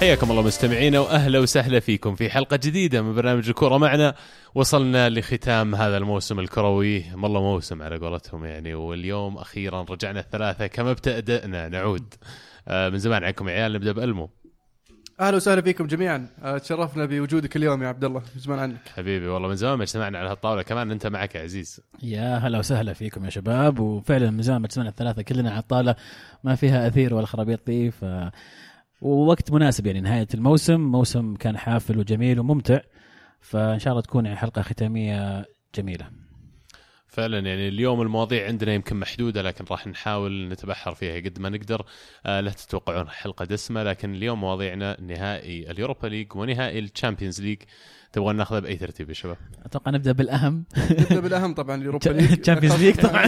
حياكم الله مستمعينا وأهلا وسهلا فيكم في حلقة جديدة من برنامج الكرة معنا. وصلنا لختام هذا الموسم الكروي، والله موسم على قولتهم يعني، واليوم أخيرا رجعنا الثلاثة كما ابتدأنا نعود. من زمان عنكم عيال، نبدأ بألمو. اهلا وسهلا فيكم جميعا، تشرفنا بوجودك اليوم يا عبد الله، من زمان عنك حبيبي، والله من زمان ما اجتمعنا على هالطاولة، كمان انت معك يا عزيز. يا هلا وسهلا فيكم يا شباب، وفعلا من زمان ما اجتمعنا الثلاثه كلنا على الطاوله، ما فيها اثير ولا خرابيط ذي، ووقت مناسب يعني نهايه الموسم، موسم كان حافل وجميل وممتع، فان شاء الله تكون حلقه ختاميه جميله. فعلا يعني اليوم المواضيع عندنا يمكن محدودة، لكن راح نحاول نتبحر فيها قد ما نقدر. لا تتوقعون حلقة دسمة، لكن اليوم مواضيعنا نهائي اليوروبا ليج ونهائي الشامبيونز ليج. تبغى ناخذها بأي ترتيب يا شباب؟ أتوقع نبدأ بالأهم. نبدأ بالأهم طبعا، اليوروبا ليج الشامبيونز ليج طبعا.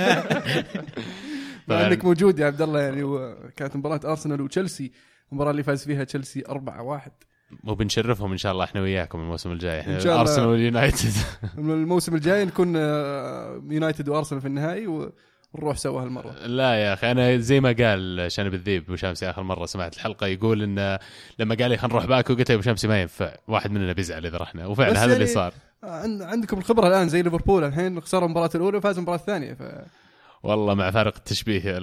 لأنك موجود يا عبد الله يعني، وكانت مباراة أرسنال وتشيلسي، المباراة اللي فاز فيها تشيلسي 4-1، وبنشرفهم إن شاء الله إحنا وياكم الموسم الجاي، إحنا أرسنال واليونايتد. الموسم الجاي نكون يونايتد وأرسنال في النهائي ونروح سوا هالمرة. لا يا أخي، أنا زي ما قال شنب الذيب وشامسي آخر مرة سمعت الحلقة، يقول إن لما قال لي خلينا نروح باكو قلت له شامسي ما ينفع، واحد مننا بيزعل إذا رحنا، وفعلا هذا يعني اللي صار. عندكم الخبرة الآن زي ليفربول، الحين خسر المباراة الأولى وفاز المباراة الثانية والله مع فارق التشبيه يا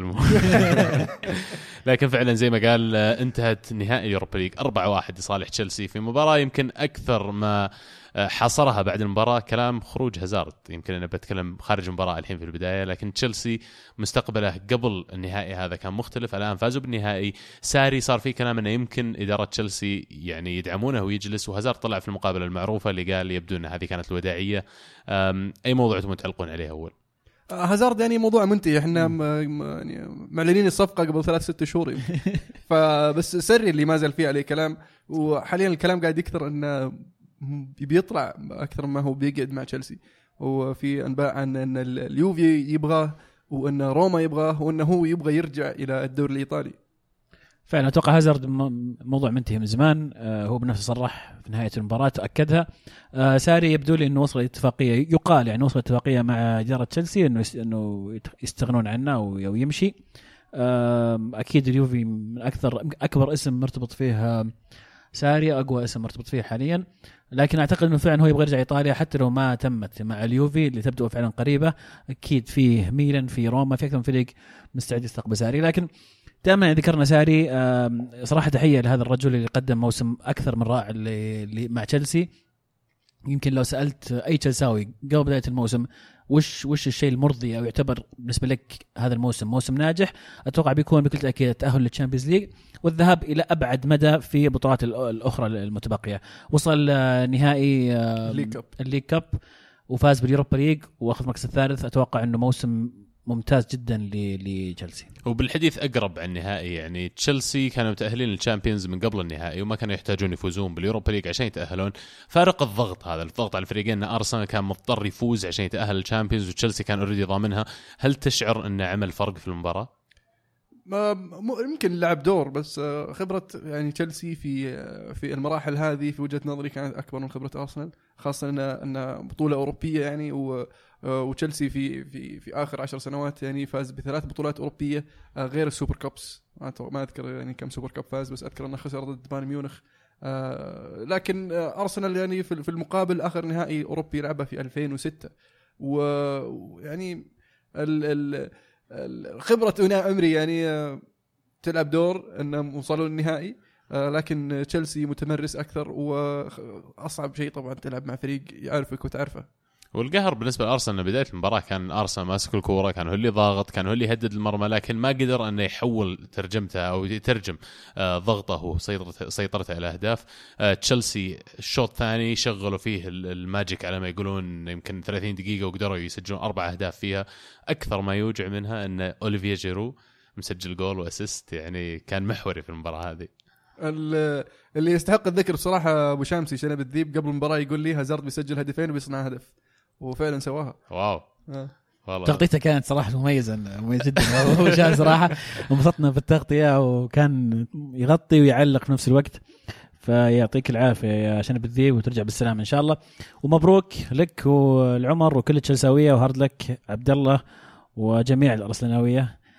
لكن فعلا زي ما قال، انتهت نهائي يوروبا ليج 4-1 لصالح تشيلسي في مباراة يمكن أكثر ما حاصرها بعد المباراة كلام خروج هازارد. يمكن أنا بتكلم خارج المباراة الحين في البداية، لكن تشيلسي مستقبله قبل النهائي هذا كان مختلف. الآن فازوا بالنهائي، ساري صار فيه كلام أنه يمكن إدارة تشيلسي يعني يدعمونه ويجلس، وهازارد طلع في المقابلة المعروفة اللي قال يبدو أن هذه كانت الوداعية. أي موضوع تعلقون عليه أول؟ هازارد يعني موضوع منتهي، احنا يعني معلنين الصفقه قبل 3-6 شهور فبس سري اللي ما زال فيه عليه كلام، وحاليا الكلام قاعد يكثر انه بيطلع اكثر ما هو بيقعد مع تشيلسي، وفي انباء عن ان اليوفي يبغاه وان روما يبغاه وانه هو يبغى يرجع الى الدوري الايطالي. فعلا اتوقع هازارد موضوع منتهي من زمان، هو بنفسه صرح في نهايه المباراه اكدها. ساري يبدو لي انه وصل اتفاقيه، يقال يعني وصل اتفاقيه مع اداره تشيلسي انه يستغنون عنه او يمشي. اكيد اليوفي من اكبر اسم مرتبط فيه ساري، اقوى اسم مرتبط فيه حاليا، لكن اعتقد انه فعلا هو يبغى يرجع ايطاليا حتى لو ما تمت مع اليوفي اللي تبدو فعلا قريبه. اكيد فيه ميلان، في روما، في اكثر من فريق مستعد يستقبل ساري. لكن دائما ذكرنا ساري، صراحه تحيه لهذا الرجل اللي قدم موسم اكثر من رائع اللي مع تشيلسي. يمكن لو سالت اي تشيلساوي قبل بدايه الموسم وش الشيء المرضي او يعتبر بالنسبه لك هذا الموسم موسم ناجح، اتوقع بيكون بكل تاكيد التاهل للتشامبيونز ليج والذهاب الى ابعد مدى في البطولات الاخرى المتبقيه. وصل نهائي الليج كاب وفاز باليوروبا ليج واخذ المركز الثالث. اتوقع انه موسم ممتاز جدا لتشيلسي. وبالحديث أقرب عن النهائي، يعني تشيلسي كانوا متأهلين للشامبيونز من قبل النهائي وما كانوا يحتاجون يفوزون باليوروبا ليج عشان يتأهلون. فارق الضغط هذا، الضغط على الفريقين، أن أرسنال كان مضطر يفوز عشان يتأهل للشامبيونز وتشيلسي كان أوريدي ضامنها. هل تشعر أن عمل فرق في المباراة؟ يمكن لعب دور، بس خبرة يعني تشيلسي في المراحل هذه في وجهة نظري كانت أكبر من خبرة أرسنال، خاصة أن بطولة أوروبية يعني، وتشيلسي في آخر 10 سنوات يعني فاز ب3 بطولات أوروبية غير السوبر كابس. ما أذكر يعني كم سوبر كاب فاز، بس أذكر أنه خسر ضد بايرن ميونخ. لكن أرسنال يعني في المقابل آخر نهائي أوروبي لعبه في 2006، ويعني الخبرة أنا أمري يعني تلعب دور أنهم وصلوا للنهائي. لكن تشيلسي متمرس أكثر، وأصعب شيء طبعا تلعب مع فريق يعرفك وتعرفه. والقهر بالنسبة لأرسنال بداية المباراة كان أرسنال ماسك الكورة، كان هو اللي ضاغط، كان هو اللي يهدد المرمى، لكن ما قدر أنه يحول ترجمته أو يترجم ضغطه وسيطرته إلى أهداف. تشيلسي الشوط الثاني شغلوا فيه الماجيك على ما يقولون، يمكن 30 دقيقة وقدروا يسجلون 4 أهداف فيها. أكثر ما يوجع منها أن أوليفيا جيرو مسجل جول وأسيست، يعني كان محوري في المباراة هذه. اللي يستحق الذكر بصراحة أبو شامسي شنب الذيب قبل المباراة يقول لي هازارد بيسجل هدفين وبيصنع هدف، وفعلا سواها. واو والله تغطيته كانت صراحة مميز جدا. هو شان صراحة انبسطنا بالتغطية، وكان يغطي ويعلق في نفس الوقت. فيعطيك العافية يا شنب الذيب، وترجع بالسلام إن شاء الله. ومبروك لك والعمر وكل تشيلساوية، وهارد لك عبد الله وجميع الأرسناوية.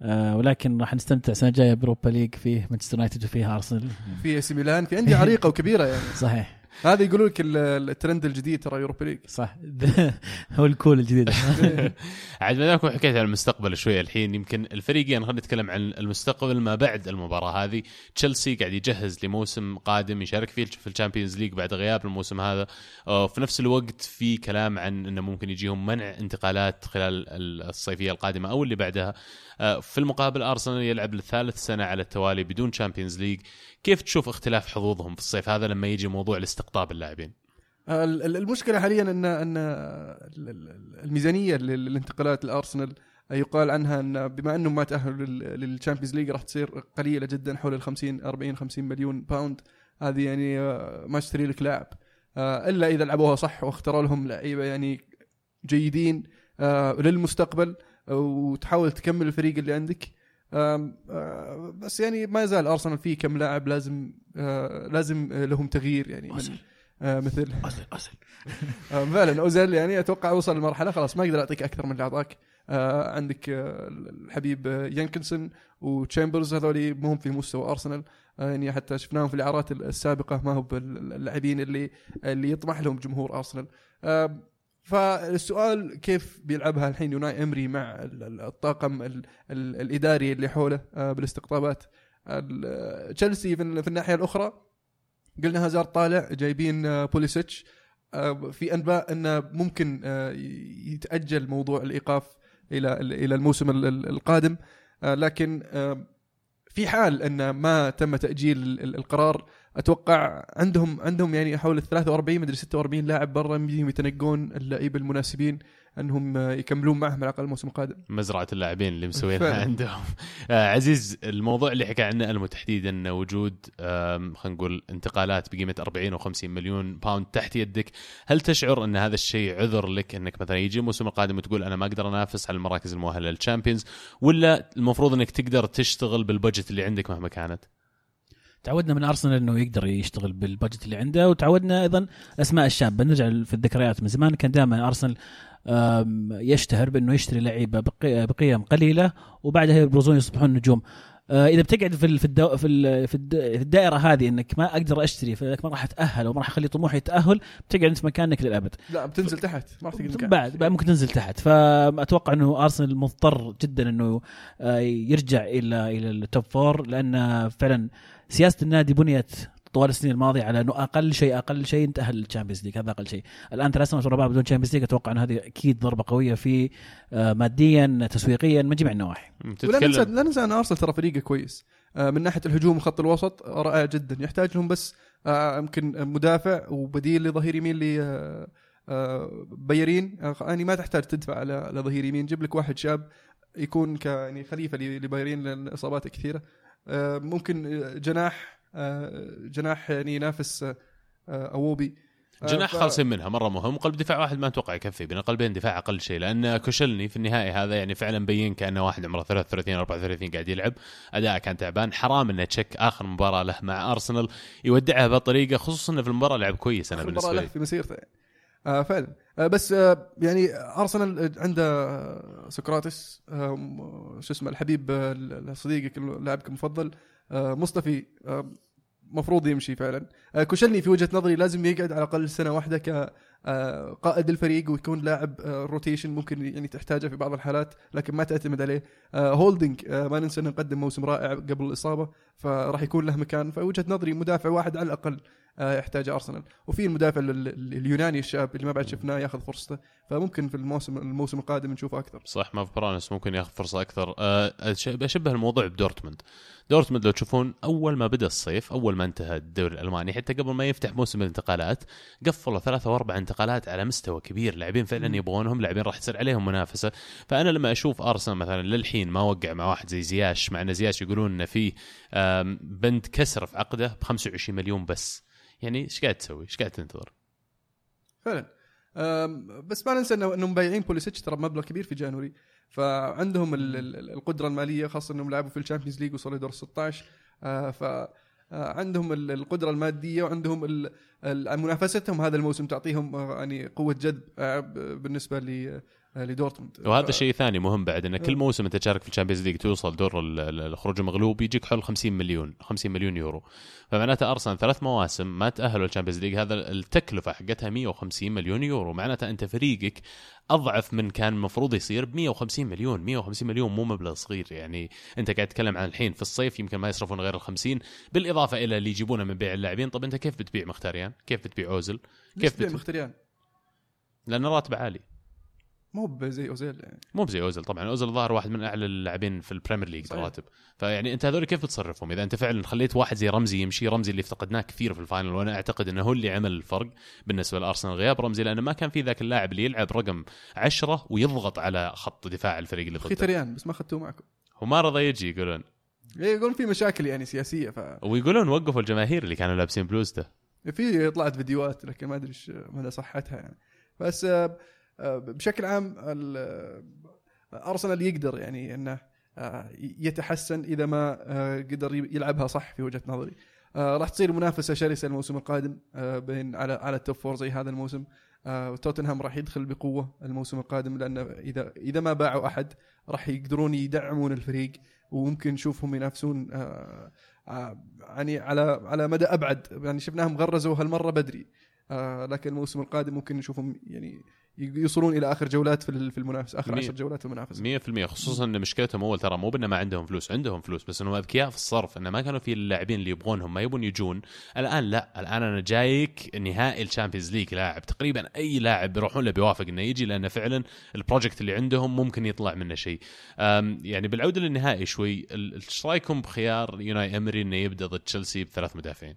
ولكن راح نستمتع السنه الجايه بأوروبا ليج فيه مانشستر يونايتد وفيه ارسنال في سي ميلان، في عندي عريقه وكبيره يعني. صحيح. هذا يقولوا لك الترند الجديد ترى يوروبا ليج. صح هو الكول الجديد. عاد ما دامكم حكيت عن المستقبل شويه الحين، يمكن الفريقين خلينا نتكلم عن المستقبل ما بعد المباراه هذه. تشيلسي قاعد يجهز لموسم قادم يشارك فيه في الشامبيونز ليج بعد غياب الموسم هذا. في نفس الوقت في كلام عن انه ممكن يجيهم منع انتقالات خلال الصيفيه القادمه او اللي بعدها. في المقابل ارسنال يلعب للثالث سنه على التوالي بدون شامبيونز ليج. كيف تشوف اختلاف حظوظهم في الصيف هذا لما يجي موضوع الاستقطاب اللاعبين؟ المشكله حاليا ان الميزانيه للانتقالات الارسنال يقال عنها ان بما انه ما تاهلوا للشامبيونز ليج راح تصير قليله جدا، حول ال 50 مليون باوند. هذه يعني ما اشتري لك لاعب الا اذا لعبوها صح واختاروا لهم لعيبه يعني جيدين للمستقبل، وتحاول تكمل الفريق اللي عندك. بس يعني ما زال أرسنال فيه كم لاعب لازم لهم تغيير يعني مثل أوزيل فعلا أوزيل يعني أتوقع وصل لمرحلة خلاص ما يقدر يعطيك أكثر من اللي أعطاك. عندك الحبيب يانكنسون وتشامبرز، هذول مهم في مستوى أرسنال يعني حتى شفناهم في الإعارات السابقة ما هو باللاعبين اللي يطمح لهم جمهور أرسنال. فالسؤال كيف بيلعبها الحين يوناي إمري مع الطاقم الإداري اللي حوله بالاستقطابات. تشيلسي في الناحية الأخرى قلنا هازارد طالع، جايبين بوليسيتش. في أنباء أنه ممكن يتأجل موضوع الإيقاف إلى الموسم القادم، لكن في حال أن ما تم تأجيل القرار أتوقع عندهم يعني حول 43 مدري 46 لاعب برا يتنقون اللعيبة المناسبين أنهم يكملون معهم على الأقل الموسم القادم. مزرعة اللاعبين اللي مسوينها عندهم. عزيز، الموضوع اللي حكى عنه ألمو تحديدا أن وجود خلينا نقول انتقالات بقيمة 40 و50 مليون باوند تحت يدك، هل تشعر أن هذا الشيء عذر لك أنك مثلا يجي الموسم القادم وتقول أنا ما أقدر أنافس على المراكز المؤهلة للشامبيونز، ولا المفروض أنك تقدر تشتغل بالبجت اللي عندك مهما كانت؟ تعودنا من أرسنال أنه يقدر يشتغل بالبجت اللي عنده، وتعودنا أيضا أسماء الشاب. بنرجع في الذكريات من زمان كان دائما أرسنال يشتهر بأنه يشتري لعيبة بقيم قليلة وبعدها يبرزون يصبحون نجوم. إذا بتقعد في الدائرة هذه إنك ما أقدر أشتري فلك ما راح أتأهل وما راح أخلي طموحي يتأهل، بتقعد أنت مكانك للأبد. لا بتنزل تحت، ما راح تقدر بعد ممكن تنزل تحت. فأتوقع إنه أرسنال مضطر جدا إنه يرجع إلى التوب فور، لأن فعلا سياسة النادي بنيت طوال السنين الماضية على أنه أقل شيء نتأهل للشامبيونز ليج، هذا أقل شيء. الآن 3 سنوات ورا بعض بدون شامبيونز ليج، أتوقع أن هذه أكيد ضربة قوية في ماديا تسويقيا من جميع النواحي. لا ننسى أن أرسنال ترى فريقه كويس من ناحية الهجوم وخط الوسط رائع جدا، يحتاج لهم بس يمكن مدافع وبديل لظهير يمين بيرين. يعني ما تحتاج تدفع على ظهير يمين، جيب لك واحد شاب يكون يعني خليفة لبيرين لأن إصاباته كثيرة. ممكن جناح يعني ينافس أووبي. جناح خالصين منها مرة مهم. قلب دفاع واحد ما أتوقع يكفي، بين قلبين دفاع أقل شيء، لأن كوشلني في النهاية هذا يعني فعلا بين كأنه واحد عمره 33 34 قاعد يلعب، أداء كان تعبان. حرام إنه تشك آخر مباراة له مع أرسنال يودعها بطريقة، خصوصا في المباراة لعب كويس. أنا بالنسبة لي في مسيرته فعلا. بس يعني أرسنال عنده سقراطس، شو اسمه الحبيب صديقك لاعبك المفضل مصطفى، مفروض يمشي فعلا. كوشلني في وجهة نظري لازم يقعد على الأقل سنة واحدة كقائد الفريق ويكون لاعب روتيشن، ممكن يعني تحتاجه في بعض الحالات لكن ما تعتمد عليه. هولدنج ما ننسى أنه قدم موسم رائع قبل الإصابة، فراح يكون له مكان. فوجهة نظري مدافع واحد على الأقل يحتاج أرسنال. وفي المدافع اليوناني الشاب اللي ما بعد شفناه ياخذ فرصته، فممكن في الموسم القادم نشوفه أكثر. صح، ما في برانس ممكن ياخذ فرصة أكثر. أشبه الموضوع بدورتموند. لو تشوفون أول ما بدأ الصيف، أول ما انتهى الدوري الألماني، حتى قبل ما يفتح موسم الانتقالات قفلوا 3 و4 انتقالات على مستوى كبير، لاعبين فعلا يبغونهم، لاعبين راح تصير عليهم منافسة. فأنا لما أشوف أرسنال مثلا للحين ما وقع مع واحد زي زياش، مع أن زياش يقولون إن فيه بند كسر في عقده ب25 مليون بس، يعني إيش قاعد تسوي؟ إيش قاعد تنتظر؟ فعلا. بس ما ننسى انهم مبيعين بوليسيتش ترى مبلغ كبير في جانوري، فعندهم القدره الماليه، خاصه انهم لعبوا في الشامبيونز ليج وصلوا دور 16. فعندهم القدره الماديه وعندهم منافستهم هذا الموسم تعطيهم يعني قوه جذب بالنسبه لدورتموند. وهذا شيء ثاني مهم بعد، ان كل موسم انت تشارك في الشامبيونز ليج توصل دور الخروج المغلوب يجيك حول 50 مليون يورو. فمعناته ارسنال 3 مواسم ما تاهلوا الشامبيونز ليج، هذا التكلفه حقتها 150 مليون يورو. معناته انت فريقك اضعف من كان المفروض يصير ب 150 مليون. 150 مليون مو مبلغ صغير يعني. انت قاعد تتكلم عن الحين في الصيف يمكن ما يصرفون غير ال50 بالاضافه الى اللي يجيبونه من بيع اللاعبين. طب انت كيف بتبيع مختاريان؟ كيف بتبيع اوزل؟ كيف بتبيع مختاريان؟ لان راتبه عالي، مو زي اوزيل يعني. مو زي اوزل. طبعا اوزل ظهر واحد من اعلى اللاعبين في البريمير ليج راتب. فيعني انت هذول كيف بتصرفهم اذا انت فعلا خليت واحد زي رمزي يمشي؟ رمزي اللي افتقدناه كثير في الفاينل، وانا اعتقد انه هو اللي عمل الفرق بالنسبه لارسنال غياب رمزي، لانه ما كان في ذاك اللاعب اللي يلعب رقم 10 ويضغط على خط دفاع الفريق اللي ضده. مختاريان بس ما اخذتوه معكم، وما رضى يجي. يقولون في مشاكل يعني سياسيه ويقولون وقفوا الجماهير اللي كانوا لابسين بلوز ده. في طلعت فيديوهات لكن ما ادري ايش مدى صحتها يعني. بس بشكل عام أرسنال يقدر يعني أنه يتحسن إذا ما قدر يلعبها صح. في وجهة نظري راح تصير منافسة شرسة الموسم القادم بين على التوب فور زي هذا الموسم. توتنهام راح يدخل بقوة الموسم القادم، لأن إذا ما باعوا أحد راح يقدرون يدعمون الفريق، وممكن نشوفهم ينافسون يعني على مدى أبعد. يعني شفناهم غرزوا هالمرة بدري، لكن الموسم القادم ممكن نشوفهم يعني يوصلون الى اخر جولات في المنافسه، اخر 10 جولات في المنافسه 100%. خصوصا ان مشكلتهم اول ترى مو بان ما عندهم فلوس، عندهم فلوس بس انهم اذكياء في الصرف، انه ما كانوا في اللاعبين اللي يبغونهم، ما يبون يجون. الان لا، الان انا جايك نهائي الشامبيونز ليج لاعب تقريبا اي لاعب بيروحون له بيوافق انه يجي، لان فعلا البروجكت اللي عندهم ممكن يطلع منه شيء. يعني بالعوده للنهائي شوي، ايش رايكم بخيار يوناي امري انه يبدا ضد تشيلسي ب3 مدافعين؟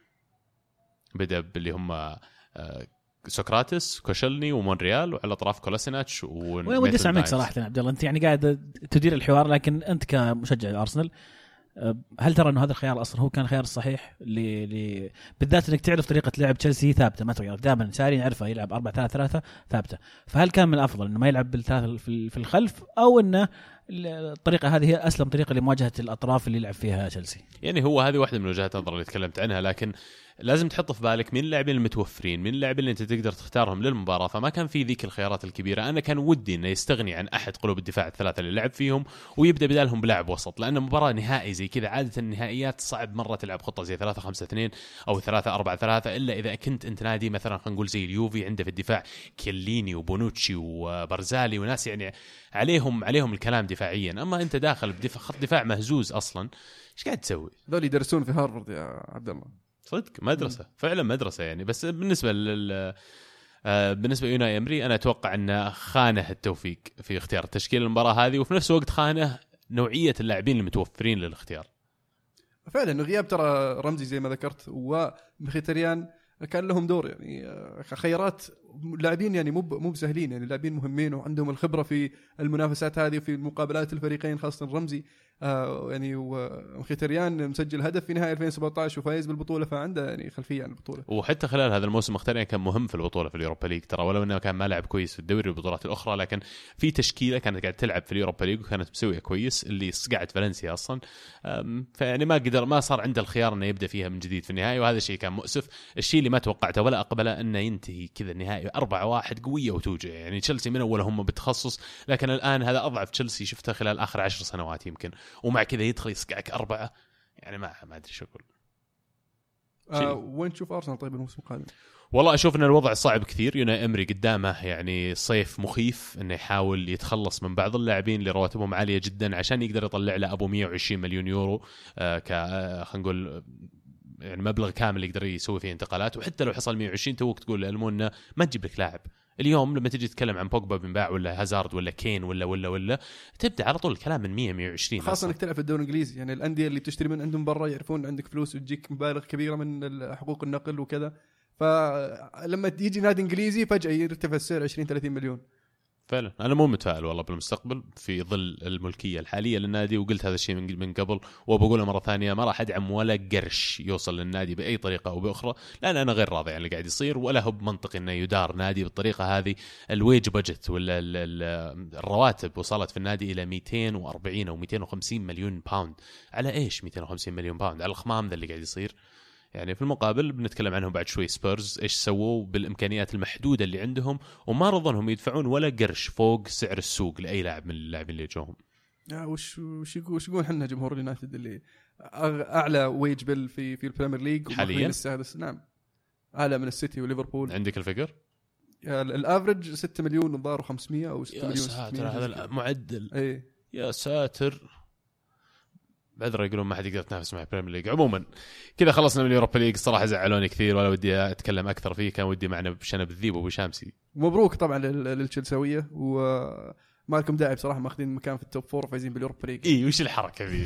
بدا باللي هم سوكراتس، كوشلني ومونريال، وعلى اطراف كولاسيناتش ودي اسمعك صراحه عبد الله. انت يعني قاعد تدير الحوار، لكن انت كمشجع ارسنال هل ترى انه هذا الخيار اصلا هو كان خيار الصحيح بالذات انك تعرف طريقه لعب تشيلسي ثابته ما تغير دائما؟ ساري نعرفه يلعب 4-3-3 ثابته، فهل كان من الافضل انه ما يلعب بالثلاثه في الخلف، او انه الطريقه هذه هي اسلم طريقه لمواجهه الاطراف اللي يلعب فيها تشيلسي؟ يعني هو هذه واحده من وجهات النظر اللي تكلمت عنها، لكن لازم تحط في بالك مين اللاعبين المتوفرين، مين اللاعبين اللي انت تقدر تختارهم للمباراه. فما كان في ذيك الخيارات الكبيره. انا كان ودي انه يستغني عن احد قلوب الدفاع الثلاثه اللي لعب فيهم ويبدا بدالهم بلاعب وسط، لان مباراه نهائي زي كذا عاده النهائيات صعب مره تلعب خطه زي 3-5-2 او 3-4-3، الا اذا كنت انت نادي مثلا خلينا نقول زي اليوفي عنده في الدفاع كيليني وبونوتشي وبرزالي وناس يعني عليهم الكلام دفاعيا. اما انت داخل بدفاع خط دفاع مهزوز اصلا، ايش قاعد تسوي؟ ذول يدرسون في هارفارد يا عبد الله، صدق مدرسة فعلا مدرسة يعني. بس بالنسبة بالنسبة يوناي امري انا اتوقع انه خانه التوفيق في اختيار تشكيل المباراة هذه، وفي نفس الوقت خانه نوعية اللاعبين المتوفرين للاختيار. فعلا غياب ترى رمزي زي ما ذكرت ومخيتريان كان لهم دور يعني خيارات لاعبين يعني مو بسهلين، يعني لاعبين مهمين وعندهم الخبرة في المنافسات هذه وفي مقابلات الفريقين، خاصة رمزي يعني ومخيتريان مسجل هدف في نهاية 2017 وفايز بالبطولة، فعنده يعني خلفية عن البطولة. وحتى خلال هذا الموسم مختارين كان مهم في البطولة في اليوروبا ليج ترى، ولو انه كان ما لعب كويس في الدوري والبطولات الأخرى، لكن في تشكيلة كانت قاعد تلعب في اليوروبا ليج وكانت مسوية كويس اللي صقعت فالنسيا أصلا. فيعني ما صار عنده الخيار انه يبدأ فيها من جديد في النهاية، وهذا الشيء كان مؤسف. الشيء اللي ما توقعته ولا أقبله انه ينتهي كذا النهائي 4-1 قوية وتوجع. يعني تشيلسي من أول هم بتخصص، لكن الآن هذا أضعف تشيلسي شفته خلال آخر 10 سنوات يمكن، ومع كذا يدخل يسقعك 4. يعني ما أدري شو أقول. وين تشوف أرسنال طيب الموسم القادم؟ والله أشوف أن الوضع صعب كثير. يوناي إمري قدامه يعني صيف مخيف، أنه يحاول يتخلص من بعض اللاعبين اللي رواتبهم عالية جدا عشان يقدر يطلع له أبو 120 مليون يورو خلينا نقول يعني مبلغ كامل يقدر يسوي فيه انتقالات. وحتى لو حصل 120 توك تقول للمونة ما تجيب لك لاعب. اليوم لما تجي تتكلم عن بوجبا بنباع ولا هازارد ولا كين ولا تبدا على طول الكلام من 120، خاصه انك تلعب في الدوري الانجليزي. يعني الانديه اللي تشتري من عندهم برا يعرفون عندك فلوس وتجيك مبالغ كبيره من حقوق النقل وكذا، فلما تيجي نادي انجليزي فجاه يرتفع السعر 20-30 مليون. فعلا انا مو متفائل والله بالمستقبل في ظل الملكيه الحاليه للنادي، وقلت هذا الشيء من قبل وبقوله مره ثانيه، ما راح ادعم ولا قرش يوصل للنادي باي طريقه او باخرى، لان انا غير راضي عن اللي قاعد يصير، ولا هو بمنطق انه يدار نادي بالطريقه هذه. الويج بجت ولا الرواتب وصلت في النادي الى 240 او 250 مليون باوند. على ايش 250 مليون باوند؟ على الخمام ذا اللي قاعد يصير. يعني في المقابل بنتكلم عنهم بعد شوي سبيرز ايش سووا بالامكانيات المحدوده اللي عندهم وما رضوا انهم يدفعون ولا قرش فوق سعر السوق لاي لاعب من اللاعبين اللي جوهم. وش يقول احنا جمهور اليونايتد اللي اعلى ويج بيل في البريمير ليج حاليا السادس. نعم اعلى من السيتي وليفربول. عندك الفكر الافرج 6 مليون الظاهر 500 او 6 مليون 600 هذا المعدل. ايه يا ساتر بعذر يقولون ما حد يقدر يتنافس مع البريمير ليج. عموما كذا خلصنا من اليوروبا ليج. صراحه زعلوني كثير ولا ودي اتكلم اكثر فيه. كان ودي معنا بشنب الذيب وابو شامسي. مبروك طبعا للتشيلساويه وما لكم داعي بصراحه ماخذين مكان في التوب 4 فايزين باليوروبا ليج. اي وش الحركه ذي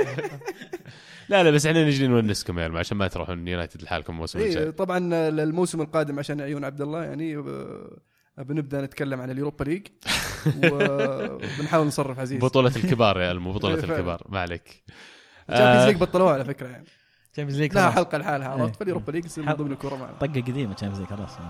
لا بس احنا نجي نونسكم يعني عشان ما تروحون يونايتد لحالكم الموسم الجاي. طبعا الموسم القادم عشان عيون عبد الله يعني بنبدا نتكلم عن اليوروبا ليج وبنحاول نصرف عزيز بطوله الكبار يا المو بطوله الكبار ما عليك. تشامبيونز ليج بطلوها على فكره يعني تشامبيونز ليج لا حلقه لحالها عرفت. فاليوروبا ليج يصير من ضمن الكره معنا طقه قديمه تشامبيونز ليج خلاص.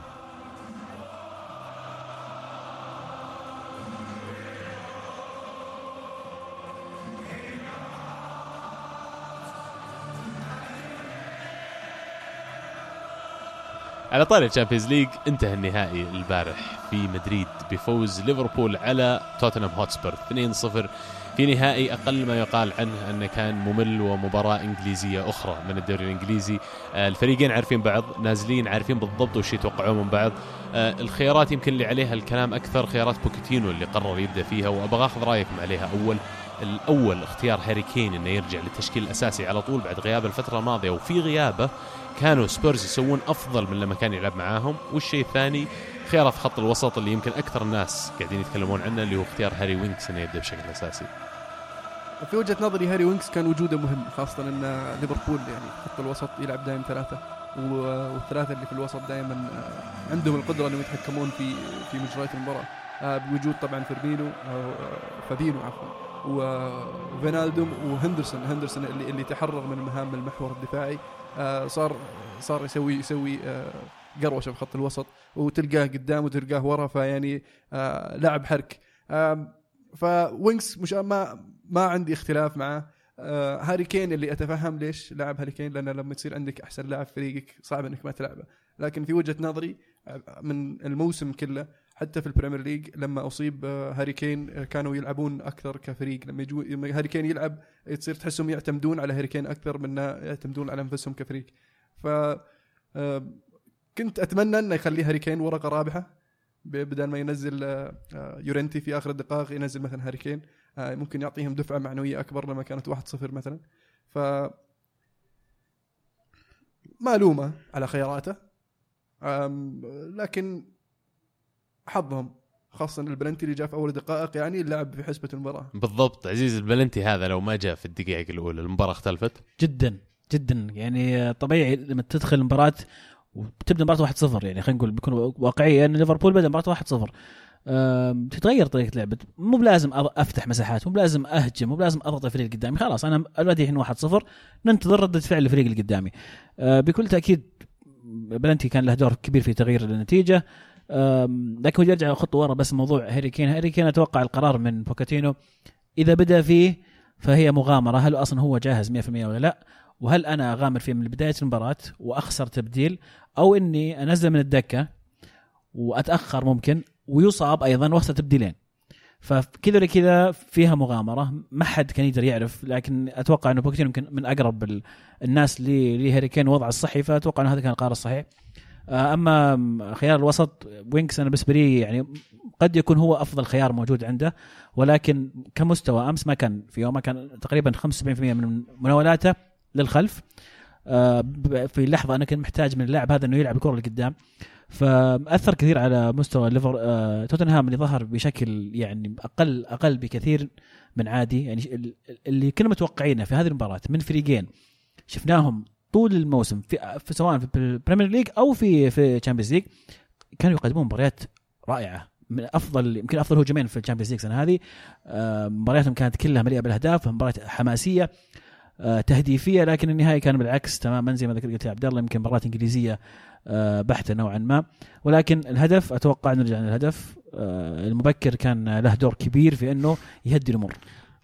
على طاري الشامبيونز ليج انتهى النهائي البارح في مدريد بفوز ليفربول على توتنهام هوتسبير 2-0 في نهائي أقل ما يقال عنه أنه كان ممل ومباراة إنجليزية أخرى من الدوري الإنجليزي. الفريقين عارفين بعض نازلين عارفين بالضبط وش يتوقعون من بعض. الخيارات يمكن اللي عليها الكلام أكثر خيارات بوكيتينو اللي قرر يبدأ فيها وأبغى أخذ رأيكم عليها. الأول اختيار هاري كين إنه يرجع للتشكيل الأساسي على طول بعد غياب الفترة الماضية وفي غيابه كانوا سبيرز يسوون أفضل من لما كان يلعب معاهم. والشيء الثاني خيارات خط الوسط اللي يمكن أكثر الناس قاعدين يتكلمون عنه اللي هو اختيار هاري وينكس إنه يبدأ بشكل أساسي. في وجهة نظري هاري وينكس كان وجوده مهم خاصة أن ليفربول يعني خط الوسط يلعب دائما ثلاثة والثلاثة اللي في الوسط دائما عندهم القدرة أنهم يتحكمون في مجريات المباراة بوجود طبعا فابينو وفينالدوم وهندرسون اللي تحرر من مهام المحور الدفاعي. صار يسوي قروشة في خط الوسط وتلقاه قدام وتلقاه ورا فيعني لاعب حرك. فوينكس مش ما عندي اختلاف معه. هاري كين اللي أتفهم ليش لاعب هاري كين لأن لما تصير عندك أحسن لاعب فريقك صعب إنك ما تلعبه. لكن في وجهة نظري من الموسم كله حتى في البريمير ليج لما أصيب هاري كين كانوا يلعبون أكثر كفريق. لما هاري كين يلعب تصير تحسهم يعتمدون على هاري كين أكثر من يعتمدون على أنفسهم كفريق. كنت أتمنى أن يخلي هاري كين ورقة رابحة بدل ما ينزل يورنتي في آخر الدقائق ينزل مثلا هاري كين ممكن يعطيهم دفعة معنوية أكبر لما كانت 1-0 مثلا. معلومة على خياراته لكن حظهم خاصة البلنتي اللي جاء في أول دقائق يعني اللعب في حسبة المباراة. بالضبط عزيز البلنتي هذا لو ما جاء في الدقائق الأولى المباراة اختلفت جدا يعني طبيعي لما تدخل المباراة وتبدأ مباراة 1-0 يعني خلينا نقول بيكون واقعية أن ليفربول بدأ مباراة 1-0 تتغير طريقة لعبة. مو بلازم أفتح مساحات مو بلازم أهجم مو بلازم أضغط الفريق اللي قدامي خلاص أنا الوادي الحين 1-0 ننتظر ردة فعل الفريق اللي قدامي. بكل تأكيد بلنتي كان له دور كبير في تغيير النتيجة. لكن يرجع خطوة ورا بس موضوع هاري كين أتوقع القرار من بوكاتينو إذا بدأ فيه فهي مغامرة. هل أصلا هو جاهز 100% ولا لا وهل أنا أغامر فيه من بداية المباراة وأخسر تبديل أو إني أنزل من الدكة وأتأخر ممكن ويصاب أيضا وأخسر تبديلين. فكذا كذا فيها مغامرة ما حد كان يقدر يعرف. لكن أتوقع أنه بوكاتينو يمكن من أقرب الناس لهاري كين وضع الصحي فأتوقع أنه هذا كان القرار الصحيح. أما خيار الوسط وينكس أنا بالنسبة لي يعني قد يكون هو أفضل خيار موجود عنده ولكن كمستوى أمس ما كان في يوم كان تقريبا 75% من مناولاته للخلف. في لحظة أنا كنت محتاج من اللاعب هذا أنه يلعب الكرة لقدام فأثر كثير على مستوى توتنهام اللي ظهر بشكل يعني أقل بكثير من عادي. يعني اللي كنا متوقعينه في هذه المباراة من فريقين شفناهم طول الموسم في سواء في البريمير ليج أو في تشامبيونز ليج كانوا يقدمون مباريات رائعة من يمكن أفضل هجومين في الشامبيونز ليج السنة هذه. مبارياتهم كانت كلها مليئة بالأهداف مباريات حماسية تهديفية لكن النهاية كان بالعكس تماما زي ما ذكرت يا عبد الله يمكن مباراة إنجليزية بحتة نوعا ما. ولكن الهدف أتوقع نرجع للهدف المبكر كان له دور كبير في أنه يهدي الأمور.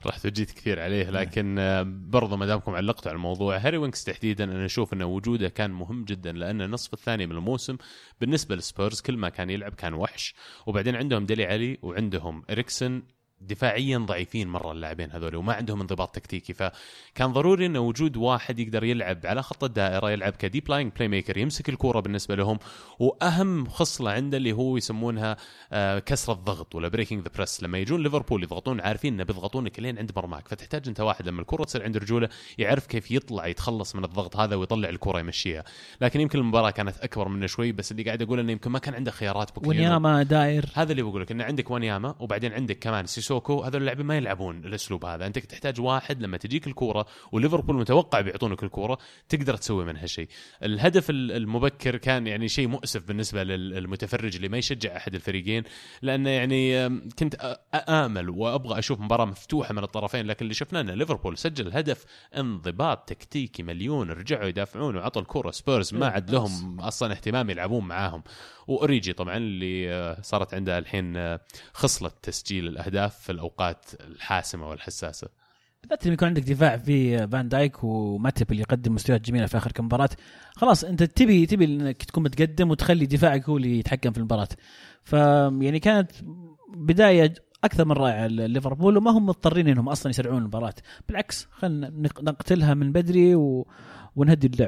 رحت وجيت كثير عليه، لكن برضو ما دامكم علقتوا على الموضوع هاري وينكس تحديدا، أنا أشوف أنه وجوده كان مهم جدا، لأن النصف الثاني من الموسم بالنسبة للسبيرز كل ما كان يلعب كان وحش. وبعدين عندهم ديلي علي وعندهم إريكسن دفاعيا ضعيفين مرة اللاعبين هذول، وما عندهم انضباط تكتيكي، فكان ضروري انه وجود واحد يقدر يلعب على خط الدائرة، يلعب كديب لاين بلاي ميكر، يمسك الكورة بالنسبة لهم. واهم خصلة عنده اللي هو يسمونها كسر الضغط ولا بريكنج ذا بريس. لما يجون ليفربول يضغطون عارفين انه بيضغطونك لين عند مرماك، فتحتاج انت واحد لما الكرة تصير عند رجوله يعرف كيف يطلع يتخلص من الضغط هذا ويطلع الكرة يمشيها. لكن يمكن المباراة كانت اكبر منه شوي، بس اللي قاعد اقول انه يمكن ما كان عنده خيارات. ونياما داير، هذا اللي بقول لك، انه عندك ونياما وبعدين عندك كمان سيسوكو، هذول اللاعبين ما يلعبون الاسلوب هذا. انت تحتاج واحد لما تجيك الكوره وليفربول متوقع بيعطونك الكوره تقدر تسوي منها شيء. الهدف المبكر كان يعني شيء مؤسف بالنسبه للمتفرج اللي ما يشجع احد الفريقين، لانه يعني كنت امل وابغى اشوف مباراه مفتوحه من الطرفين، لكن اللي شفناه ان ليفربول سجل هدف انضباط تكتيكي مليون، رجعوا يدافعون وعطوا الكوره سبيرز ما عاد لهم اصلا اهتمام يلعبون معاهم. وأوريجي طبعا اللي صارت عنده الحين خصلة تسجيل الأهداف في الأوقات الحاسمة والحساسة، بالذات لما يكون عندك دفاع في فان دايك وماتب اللي يقدم مستويات جميلة في آخر كم مباراة. خلاص أنت تبي إنك تكون متقدم وتخلي دفاعك هو اللي يتحكم في المباراة. فيعني كانت بداية أكثر من رائعة ليفربول، وما هم مضطرين إنهم أصلا يسرعون المباراة، بالعكس خلنا نقتلها من بدري ونهدي اللعب.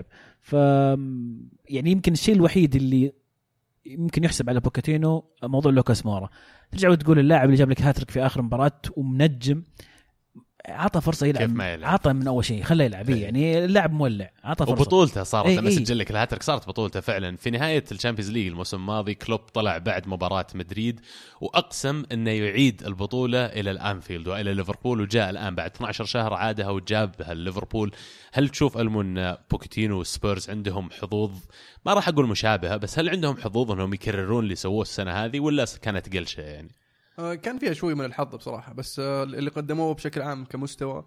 يعني يمكن الشيء الوحيد اللي يمكن يحسب على بوكاتينو موضوع لوكاس مورا. ترجع وتقول اللاعب اللي جاب لك هاتريك في آخر مباراة ومنجم، عطى فرصة يلعب، عطى من أول شيء خلاه يلعب. يعني اللاعب مولع، عطى فرصة. وبطولته صارت لما سجل لك الهاتريك صارت بطولته فعلا. في نهاية الشامبيونز ليج الموسم الماضي كلوب طلع بعد مباراة مدريد وأقسم أنه يعيد البطولة إلى الأنفيلد وإلى ليفربول، وجاء الآن بعد 12 شهر عادها وجابها ليفربول. هل تشوف ألمون بوكيتينو والسبيرز عندهم حظوظ، ما راح أقول مشابهة، بس هل عندهم حظوظ أنهم يكررون اللي سووه السنة هذه ولا كانت قلشة يعني؟ كان فيها شوي من الحظ بصراحة، بس اللي قدموه بشكل عام كمستوى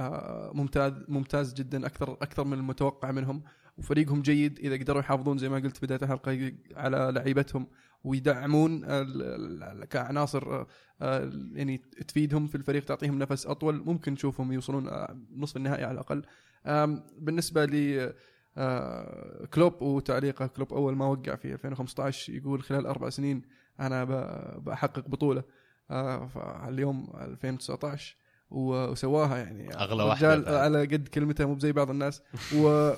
ممتاز جدا، أكثر من المتوقع منهم. وفريقهم جيد إذا قدروا يحافظون زي ما قلت بداية الحلقة على لعيبتهم ويدعمون كعناصر يعني تفيدهم في الفريق، تعطيهم نفس أطول، ممكن نشوفهم يوصلون نصف النهائي على الأقل. بالنسبة لي كلوب وتعليقه، كلوب أول ما وقع في 2015 يقول خلال 4 سنين أنا بحقق بطولة، فاليوم 2019 وسواها، يعني أغلى واحدة على قد كلمته، مو زي بعض الناس. و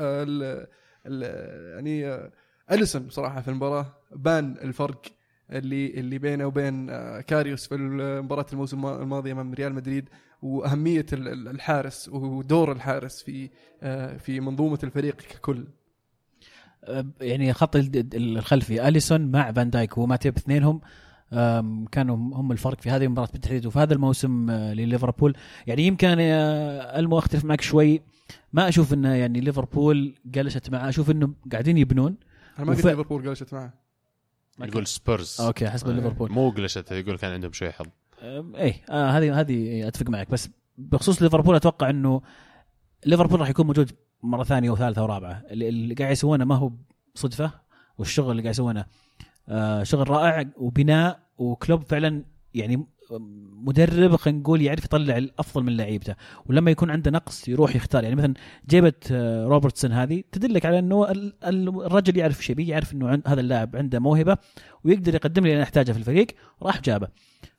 يعني أليسون بصراحة في المباراة بان الفرق اللي بينه وبين كاريوس في مباراة الموسم الماضي أمام ريال مدريد، وأهمية الحارس ودور الحارس في منظومة الفريق ككل. يعني خط الخلفي أليسون مع فان دايك وماتيب، اثنينهم كانوا هم الفرق في هذه المباراة بالتحديد وفي هذا الموسم لليفربول. يعني يمكن ألمو أختلف معك شوي، ما أشوف إنه يعني ليفربول جلست معه، أشوف إنه قاعدين يبنون. أنا ما قلت ليفربول جلست معه، يقول سبيرز. أوكي حسب ليفربول مو جلست، يقول كان عندهم شوي حظ. هذه أتفق معك. بس بخصوص ليفربول أتوقع إنه ليفربول راح يكون موجود مرة ثانية وثالثة ورابعة. اللي قاعد يسوونه ما هو صدفة، والشغل اللي قاعد يسوونه شغل رائع وبناء، وكلوب فعلا يعني مدرب خلينا نقول يعرف يطلع الافضل من لعيبته، ولما يكون عنده نقص يروح يختار. يعني مثلا جيبه روبرتسون هذه تدلك على انه الرجل يعرف شيء، يعرف انه هذا اللاعب عنده موهبه ويقدر يقدم لي اللي انا احتاجه في الفريق، راح جابه.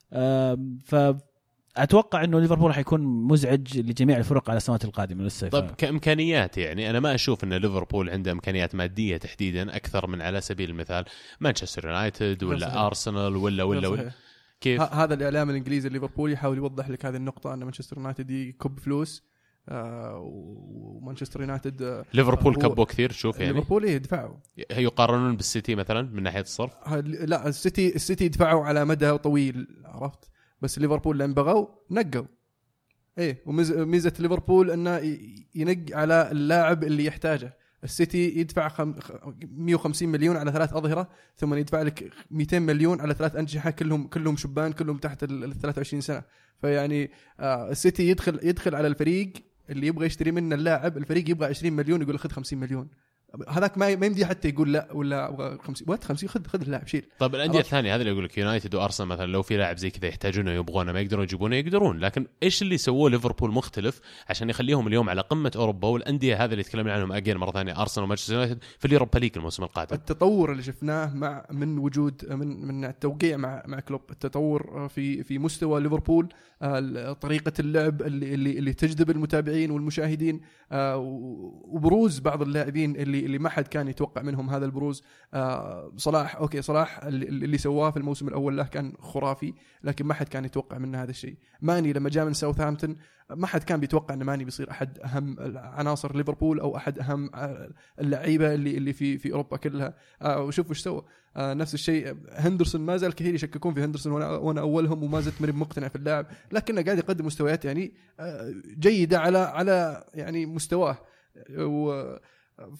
فاتوقع انه ليفربول راح يكون مزعج لجميع الفرق على السنوات القادمه للصيف. طب كامكانيات، يعني انا ما اشوف ان ليفربول عنده امكانيات ماديه تحديدا اكثر من على سبيل المثال مانشستر يونايتد ولا ارسنال ولا كيف. هذا الاعلام الانجليزي الليفربولي يحاول يوضح لك هذه النقطه، ان مانشستر يونايتد يكب فلوس ومانشستر يونايتد ليفربول كبوا كثير. شوف يعني ليفربول يدفعوا، يقارنون بالسيتي مثلا من ناحيه الصرف. لا السيتي يدفعوا على مدى طويل، عرفت، بس ليفربول لما بغوا نقوا. ايه، وميزه ليفربول انه ينق على اللاعب اللي يحتاجه. السيتي يدفع 150 مليون على 3 أظهرة، ثم يدفع لك 200 مليون على 3 أنجحة كلهم شبان، كلهم تحت 23 سنة. فيعني السيتي يدخل على الفريق اللي يبغى يشتري منه اللاعب، الفريق يبغى 20 مليون يقول خذ 50 مليون. هذاك ما يمدي حتى يقول لا ولا ابغى 50 خذ اللاعب شيل. طب الانديه الثانيه هذا اللي يقول لك يونايتد وارسنال مثلا لو في لاعب زي كذا يحتاجونه يبغونه ما يقدرون يجيبونه يقدرون، لكن ايش اللي سووه ليفربول مختلف عشان يخليهم اليوم على قمه اوروبا والانديه هذا اللي تكلمنا عنهم اجين مره ثانيه ارسنال ومانشستر يونايتد في اليوروبا ليج الموسم القادم؟ التطور اللي شفناه من وجود من التوقيع مع كلوب، التطور في مستوى ليفربول، طريقه اللعب اللي تجذب المتابعين والمشاهدين، وبروز بعض اللاعبين اللي ما حد كان يتوقع منهم هذا البروز. صلاح اللي سواه في الموسم الاول له كان خرافي، لكن ما حد كان يتوقع منه هذا الشيء. ماني لما جاء من ساوثهامبتون ما حد كان بيتوقع ان ماني بيصير احد اهم عناصر ليفربول او احد اهم اللعيبه اللي في اوروبا كلها. وشوف وش سوى. نفس الشيء هندرسون، ما زال كثير يشككون في هندرسون وانا اولهم، وما زلت مريب مقتنع في اللاعب، لكنه قاعد يقدم مستويات يعني جيده على يعني مستواه. ف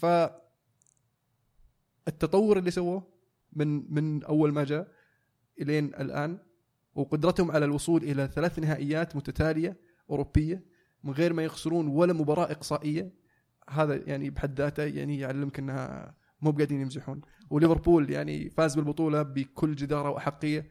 التطور اللي سووه من اول ما جاء الين الان، وقدرتهم على الوصول الى 3 نهائيات متتاليه اوروبيه من غير ما يخسرون ولا مباراه اقصائيه، هذا يعني بحد ذاته يعني يعلمك انها مو قاعدين يمزحون. وليفربول يعني فاز بالبطوله بكل جداره واحقيه،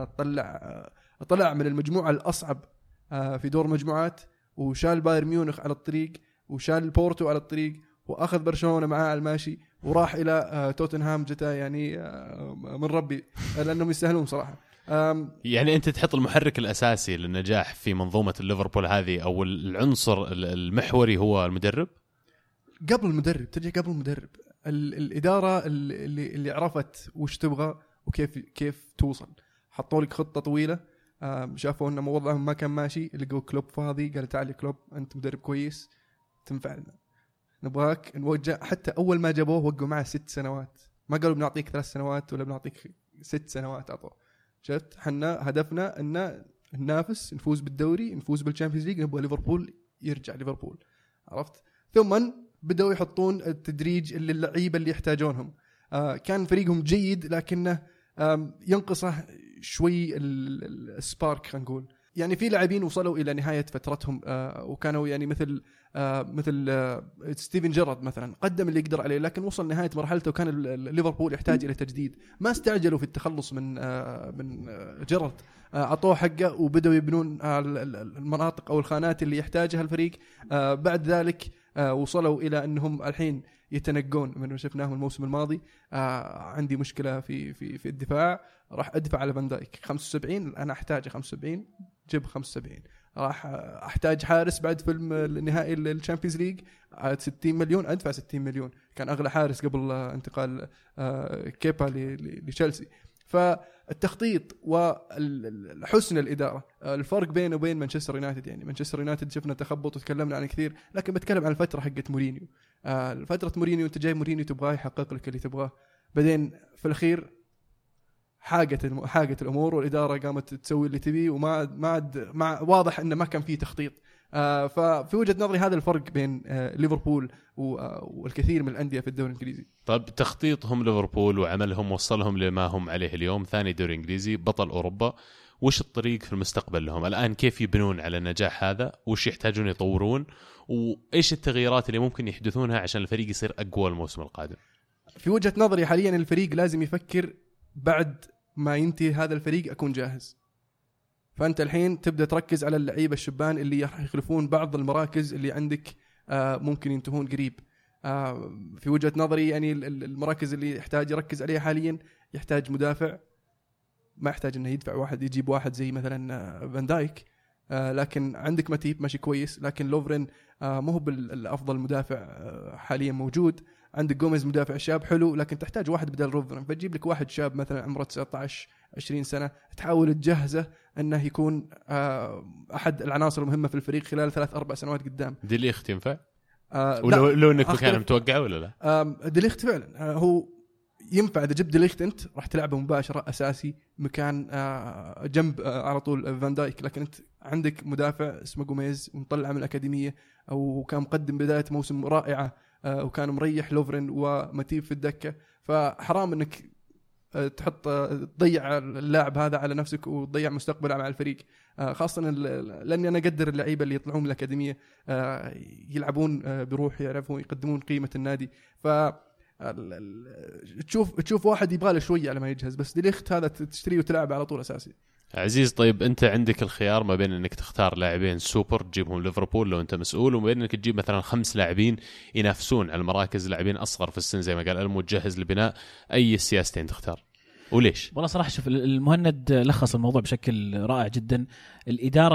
طلع من المجموعه الاصعب في دور مجموعات، وشال بايرن ميونخ على الطريق، وشال بورتو على الطريق، واخذ برشلونه معاه على الماشي، وراح الى توتنهام جتا يعني من ربي، لانهم يستاهلون صراحه. يعني انت تحط المحرك الاساسي للنجاح في منظومه الليفربول هذه او العنصر المحوري هو المدرب. قبل المدرب ترجع قبل المدرب الاداره اللي عرفت وش تبغى وكيف توصل. حطوا لك خطه طويله، شافوا ان وضعهم ما كان ماشي، لقوا كلوب فاضي، قال تعال كلوب انت مدرب كويس تنفع لنا، نبغاك نوجه. حتى اول ما جابوه وقوا معه 6 سنوات، ما قالوا بنعطيك 3 سنوات ولا بنعطيك 6 سنوات، عطوه. شفت حنا هدفنا ان ننافس، نفوز بالدوري، نفوز بالشامبيونز ليج، نبغى ليفربول يرجع ليفربول، عرفت. ثم بدأوا يحطون التدريج اللعيبه اللي يحتاجونهم. كان فريقهم جيد لكنه ينقصه شوي السبارك، خلينا نقول. يعني في لاعبين وصلوا الى نهايه فترتهم وكانوا يعني مثل ستيفن جيرارد مثلا، قدم اللي يقدر عليه لكن وصل نهايه مرحلته وكان ليفربول يحتاج الى تجديد. ما استعجلوا في التخلص من جيرارد، عطوه حقه وبدأوا يبنون المناطق او الخانات اللي يحتاجها الفريق. بعد ذلك وصلوا الى انهم الحين يتنقون من شفناهم الموسم الماضي. عندي مشكله في الدفاع، راح ادفع على فان دايك 75، انا احتاج 75، جيب 75. راح احتاج حارس بعد فيلم النهائي الشامبيونز ليج 60 مليون، ادفع 60 مليون. كان اغلى حارس قبل انتقال كيبا لتشيلسي. فالتخطيط وحسن الإدارة الفرق بينه وبين مانشستر يونايتد. يعني مانشستر يونايتد شفنا تخبط وتكلمنا عنه كثير، لكن بتكلم عن الفترة حقت مورينيو. الفترة مورينيو انت جاي مورينيو تبغاه يحقق لك اللي تبغاه، بعدين في الأخير حاجة الأمور والإدارة قامت تسوي اللي تبي، وما واضح إنه ما كان فيه تخطيط. ففي وجهة نظري هذا الفرق بين ليفربول والكثير من الأندية في الدوري الإنجليزي. طيب تخطيطهم ليفربول وعملهم وصلهم لما هم عليه اليوم، ثاني دوري إنجليزي، بطل أوروبا. وش الطريق في المستقبل لهم الآن؟ كيف يبنون على النجاح هذا؟ وش يحتاجون يطورون؟ وإيش التغييرات اللي ممكن يحدثونها عشان الفريق يصير أقوى الموسم القادم؟ في وجهة نظري حاليا الفريق لازم يفكر بعد ما ينتهي هذا الفريق أكون جاهز. فأنت الحين تبدأ تركز على اللعيبة الشبان اللي يخلفون بعض المراكز اللي عندك ممكن ينتهون قريب. في وجهة نظري يعني المراكز اللي يحتاج يركز عليها حاليا، يحتاج مدافع، ما يحتاج انه يدفع واحد يجيب واحد زي مثلا فان دايك، لكن عندك ماتيب ماشي كويس، لكن لوفرين مو هو بالافضل مدافع حاليا موجود. عندك جوميز مدافع شاب حلو، لكن تحتاج واحد بدل لوفرين، فتجيب لك واحد شاب مثلا عمره 19-20 سنة تحاول تجهزه انه يكون احد العناصر المهمة في الفريق خلال 3-4 سنوات قدام. دي اللي ينفع لو انك مكان متوقعه ولا لا؟ ديليخت فعلا هو ينفع. اذا جبت ديليخت انت راح تلعبه مباشره اساسي مكان جنب على طول فان دايك، لكن انت عندك مدافع اسمه جوميز ومطلع من الاكاديميه، او كان مقدم بدايه موسم رائعه، وكان مريح لوفرين وماتيب في الدكه. فحرام انك تحط تضيع اللاعب هذا على نفسك وتضيع مستقبله مع الفريق. خاصة لأني أنا أقدر اللعيبة اللي يطلعون من الأكاديمية يلعبون بروح، يعرفون يقدمون قيمة النادي. ف تشوف واحد يبغى له شوية على ما يجهز، بس دي ليخت هذا تشتريه وتلعب على طول أساسي. عزيز، طيب أنت عندك الخيار ما بين أنك تختار لاعبين سوبر تجيبهم ليفربول لو أنت مسؤول، وما بين أنك تجيب مثلا 5 لاعبين ينافسون على المراكز، لاعبين أصغر في السن زي ما قال ألمو تجهز لبناء. أي السياستين تختار وليش؟ والله صراحة شوف المهند لخص الموضوع بشكل رائع جدا. الإدارة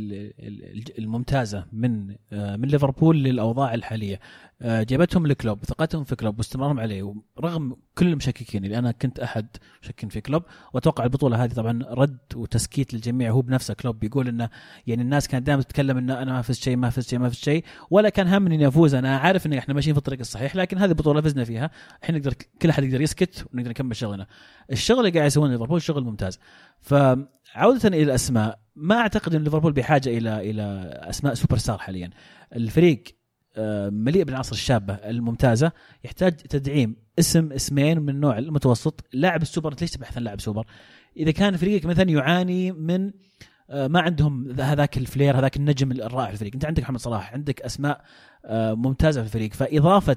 الممتازة من ليفربول للأوضاع الحالية جابتهم لكلوب، ثقتهم في كلوب واستمرارهم عليه رغم كل المشككين اللي أنا كنت أحد مشكك في كلوب. وأتوقع البطولة هذه طبعا رد وتسكيت للجميع. هو بنفسه كلوب بيقول إنه يعني الناس كانت دائما تتكلم إنه أنا ما فزت شيء ولا كان همني إني أفوز. أنا عارف إن إحنا ماشيين في الطريق الصحيح، لكن هذه البطولة فزنا فيها، إحنا نقدر كل أحد يقدر يسكت ونقدر نكمل شغلنا. الشغل اللي قاعد يسوونه ليفربول شغل ممتاز. فعودة إلى الأسماء، ما أعتقد إن ليفربول بحاجة إلى أسماء سوبر ستار حاليا. الفريق مليء بالعناصر الشابة الممتازة، يحتاج تدعيم اسمين من النوع المتوسط. لاعب السوبر ليش تبحث عن لاعب سوبر إذا كان فريقك مثلا يعاني من ما عندهم هذاك الفلير، هذاك النجم الرائع في الفريق؟ أنت عندك محمد صلاح، عندك أسماء ممتازة في الفريق، فإضافة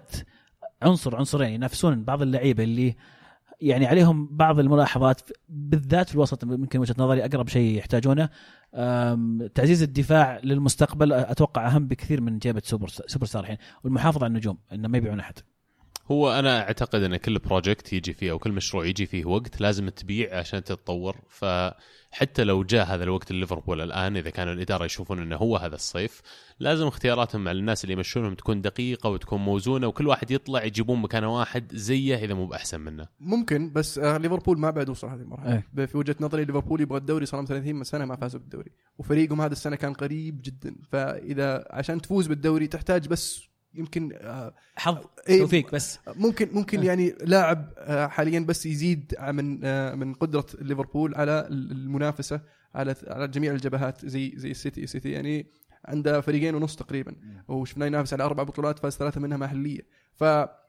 عنصرين ينافسون بعض اللعيبة اللي يعني عليهم بعض الملاحظات بالذات في الوسط، ممكن وجهة نظري أقرب شيء يحتاجونه تعزيز الدفاع للمستقبل. أتوقع أهم بكثير من جيبة سوبر ستار الحين، والمحافظة على النجوم إنه ما يبيعون أحد. هو أنا أعتقد أن كل بروجكت يجي فيه أو كل مشروع يجي فيه وقت لازم تبيع عشان تتطور. فحتى لو جاء هذا الوقت لليفربول الآن، إذا كانوا الإدارة يشوفون أنه هو هذا الصيف، لازم اختياراتهم مع الناس اللي يمشونهم تكون دقيقة وتكون موزونة، وكل واحد يطلع يجيبون مكانه واحد زيه إذا مو بأحسن منه ممكن. بس ليفربول ما بعد وصل هذه المرحلة. في وجهة نظري ليفربول يبغى الدوري، صار 30 سنة ما فازوا بالدوري، وفريقهم هذا السنة كان قريب جدا. فإذا عشان تفوز بالدوري تحتاج بس يمكن حظ توفيق بس. ممكن يعني لاعب حاليا بس يزيد من قدرة ليفربول على المنافسة على جميع الجبهات زي السيتي يعني عنده 2.5 فريق تقريبا، وشفناه ينافس على 4 بطولات، فاز 3 منها محلية. ف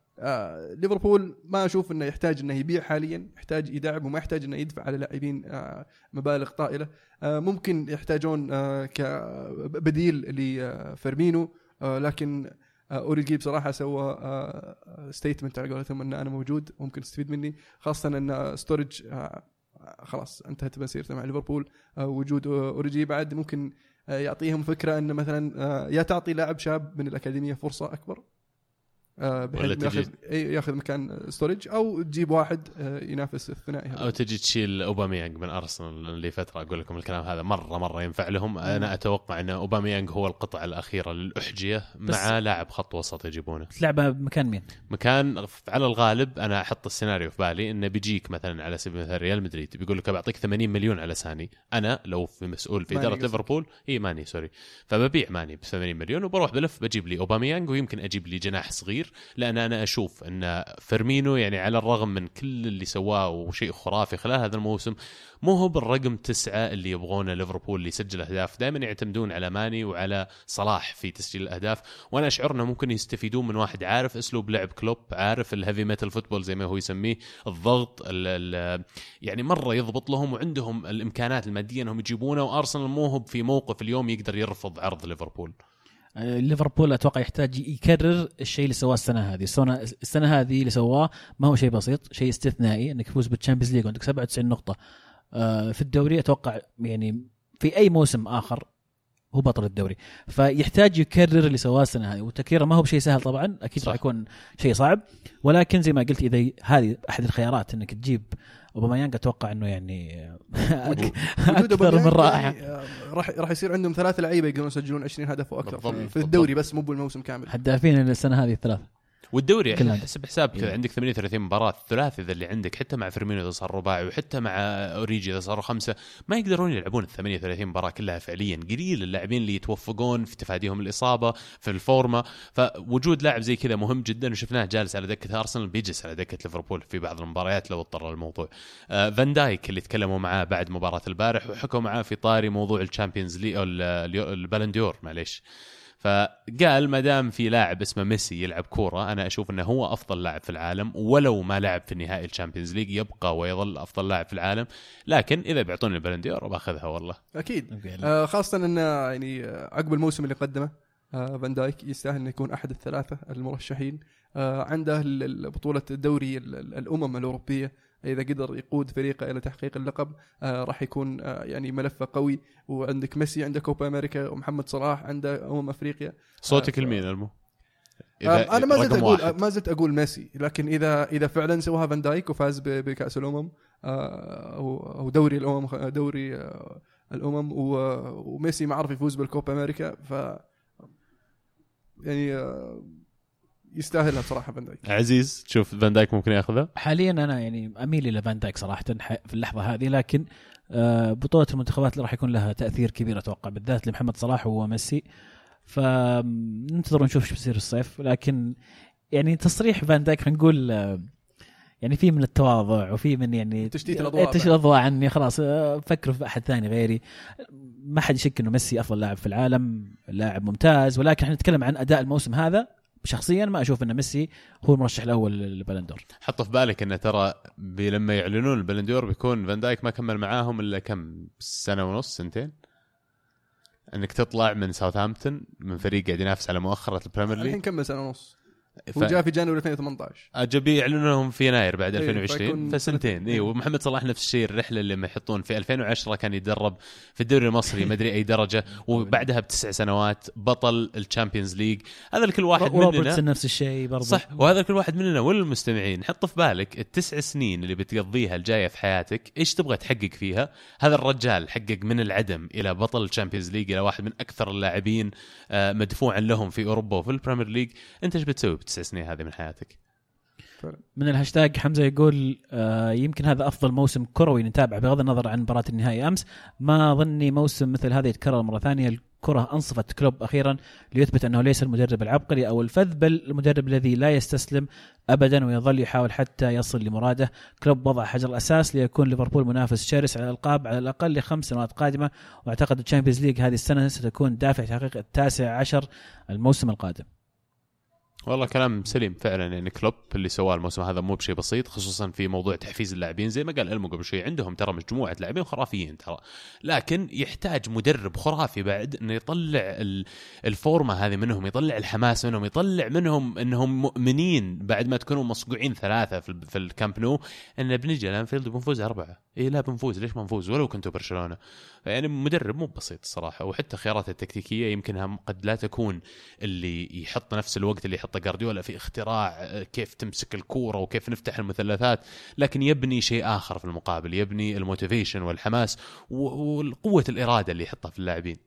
ليفربول ما أشوف إنه يحتاج إنه يبيع حاليا، يحتاج يدعم وما يحتاج إنه يدفع على لاعبين مبالغ طائلة. ممكن يحتاجون كبديل لفيرمينو، لكن أوريجي بصراحة سوى ستيتمنت على قولتهم أن أنا موجود ممكن تستفيد مني، خاصة أن ستورج خلاص انتهت مسيرته مع ليفربول. وجود أوريجي بعد ممكن يعطيهم فكرة أن مثلا يا تعطي لاعب شاب من الأكاديمية فرصة أكبر بحيث ياخذ مكان ستورج، او تجيب واحد ينافس الثنائي هذا، او تجي تشيل اوباميانغ من ارسنال لفتره. اقول لكم الكلام هذا مره ينفع لهم. انا اتوقع ان اوباميانغ هو القطعه الاخيره للاحجيه مع لاعب خط وسط يجيبونه. لعبه مكان مين؟ مكان على الغالب انا احط السيناريو في بالي انه بيجيك مثلا على سبيل المثال ريال مدريد بيقول لك بعطيك 80 مليون على ساني. انا لو في مسؤول في اداره ليفربول ماني فببيع ماني ب 80 مليون وبروح بلف بجيب لي اوباميانغ، ويمكن اجيب لي جناح صغير، لأن أنا أشوف أن فيرمينو يعني على الرغم من كل اللي سواه وشيء خرافي خلال هذا الموسم، مو هو بالرقم 9 اللي يبغونه ليفربول اللي يسجل أهداف. دائما يعتمدون على ماني وعلى صلاح في تسجيل الأهداف، وأنا أشعر أنه ممكن يستفيدون من واحد عارف أسلوب لعب كلوب، عارف الهيفي ميتال فوتبول زي ما هو يسميه، الضغط يعني مرة يضبط لهم، وعندهم الإمكانات المادية أنهم يجيبونه. وأرسنال مو هو في موقف اليوم يقدر يرفض عرض ليفربول. ليفربول أتوقع يحتاج يكرر الشيء اللي سواه السنة هذه اللي سواه ما هو شيء بسيط، شيء استثنائي انك تفوز بالتشامبيونز ليج وعندك 97 نقطة في الدوري. أتوقع يعني في أي موسم آخر هو بطل الدوري، فيحتاج يكرر اللي سواه السنة هذه، وتكريره ما هو بشيء سهل طبعا، أكيد راح يكون شيء صعب، ولكن زي ما قلت إذا هذه أحد الخيارات إنك تجيب أوباميانغ أتوقع إنه يعني أكثر من رائع. يعني راح يصير عندهم 3 لعيبة يقدرون يسجلون 20 هدف وأكثر في الدوري، بس مو بالموسم كامل. هدافين السنة هذه 3. والدوري حسب حساب كذا عندك 38 مباراة، الثلاثي ذا اللي عندك حتى مع فيرمينو إذا صار رباعي وحتى مع أوريجي إذا صاروا 5 ما يقدرون يلعبون 38 مباراة كلها فعليا. قليل اللاعبين اللي يتوفقون في تفاديهم الإصابة في الفورمة، فوجود لاعب زي كذا مهم جدا. وشفناه جالس على دكة أرسنال، بيجلس على دكة ليفربول في بعض المباريات لو اضطر الموضوع. فان دايك اللي تكلموا معاه بعد مباراة البارح وحكوا معاه في طاري موضوع الشامبيونز ليج أو البالندور معليش، فقال ما دام في لاعب اسمه ميسي يلعب كورة أنا أشوف أنه هو أفضل لاعب في العالم، ولو ما لعب في النهائي الشامبيونز ليج يبقى ويظل أفضل لاعب في العالم، لكن إذا بيعطوني البالون دور باخذها والله أكيد. خاصة أن يعني عقب الموسم اللي قدمه فان دايك يستاهل أن يكون أحد الثلاثة المرشحين. عنده بطولة الدوري الأمم الأوروبية، إذا قدر يقود فريقه إلى تحقيق اللقب راح يكون يعني ملفه قوي. وعندك ميسي، عندك كوبا أمريكا، ومحمد صلاح عنده أفريقيا. صوتك المين المو؟ أنا ما زلت أقول ميسي، لكن إذا فعلا سواها فان دايك وفاز بكأس الأمم أو دوري الأمم وميسي ما عرف يفوز بالكوبا أمريكا، ف يعني يستاهلها بصراحة فان دايك. عزيز تشوف فان دايك ممكن ياخذها؟ حاليا أنا يعني أميل إلى فان دايك صراحة في اللحظة هذه، لكن بطولة المنتخبات اللي راح يكون لها تأثير كبير أتوقع، بالذات لمحمد صلاح وميسي، فننتظر ونشوف شو بيصير الصيف. لكن يعني تصريح فان دايك نقول يعني في من التواضع وفي من يعني تشتيت الأضواء عني خلاص فكروا في أحد ثاني غيري. ما حد يشك إنه ميسي أفضل لاعب في العالم، لاعب ممتاز، ولكن احنا نتكلم عن أداء الموسم هذا. شخصيا ما أشوف إن ميسي هو المرشح الأول للبالندور. حط في بالك إنه ترى لما يعلنون البالندور بيكون فان دايك ما كمل معاهم إلا كم سنة ونص، سنتين. انك تطلع من ساوثهامبتون من فريق قاعد ينافس على مؤخرة البريمير ليج، الحين كمل سنة ونص وجاء في جانوري 2018، اجبي يعلنونهم في يناير بعد 2020 فسنتين. اي ومحمد صلاح نفس الشيء، الرحله اللي ما يحطون في 2010 كان يتدرب في الدوري المصري ما ادري اي درجه، وبعدها ب9 سنوات بطل الشامبيونز ليج. هذا لكل واحد مننا نفس الشيء برضه صح، وهذا كل واحد مننا والمستمعين حط في بالك ال9 سنين اللي بتقضيها الجايه في حياتك ايش تبغى تحقق فيها. هذا الرجال حقق من العدم الى بطل الشامبيونز ليج، الى واحد من اكثر اللاعبين مدفوعا لهم في اوروبا وفي البريمير ليج. انت ايش بتسوي ب9 سنين هذه من حياتك؟ من الهاشتاج حمزة يقول يمكن هذا أفضل موسم كروي نتابع بغض النظر عن مباراة النهائي أمس. ما ظني موسم مثل هذا يتكرر مرة ثانية. الكرة أنصفت كلوب أخيرا ليثبت أنه ليس المدرب العبقري أو الفذ، بل المدرب الذي لا يستسلم أبدا ويظل يحاول حتى يصل لمراده. كلوب وضع حجر الأساس ليكون ليفربول منافس شرس على الألقاب على الأقل ل5 سنوات قادمة، واعتقد الشامبيونز ليج هذه السنة ستكون دافع تحقيق 19 الموسم القادم. والله كلام سليم فعلا. يعني كلوب اللي سواه الموسم هذا مو بشيء بسيط، خصوصا في موضوع تحفيز اللاعبين. زي ما قال المو قبل شوي عندهم ترى مجموعة لاعبين خرافيين ترى، لكن يحتاج مدرب خرافي بعد انه يطلع الفورمة هذه منهم، يطلع الحماس منهم، يطلع منهم انهم مؤمنين بعد ما تكونوا مصقوعين 3 في الكامب نو ان بنجي لانفيلد بنفوز 4. ايه لا بنفوز، ليش ما نفوز ولو كنتوا برشلونة؟ يعني مدرب مو بسيط الصراحة. وحتى خياراته التكتيكية يمكنها قد لا تكون اللي يحط نفس الوقت اللي يحطه غارديولا في اختراع كيف تمسك الكورة وكيف نفتح المثلثات، لكن يبني شيء آخر في المقابل، يبني الموتيفيشن والحماس والقوة الإرادة اللي يحطها في اللاعبين.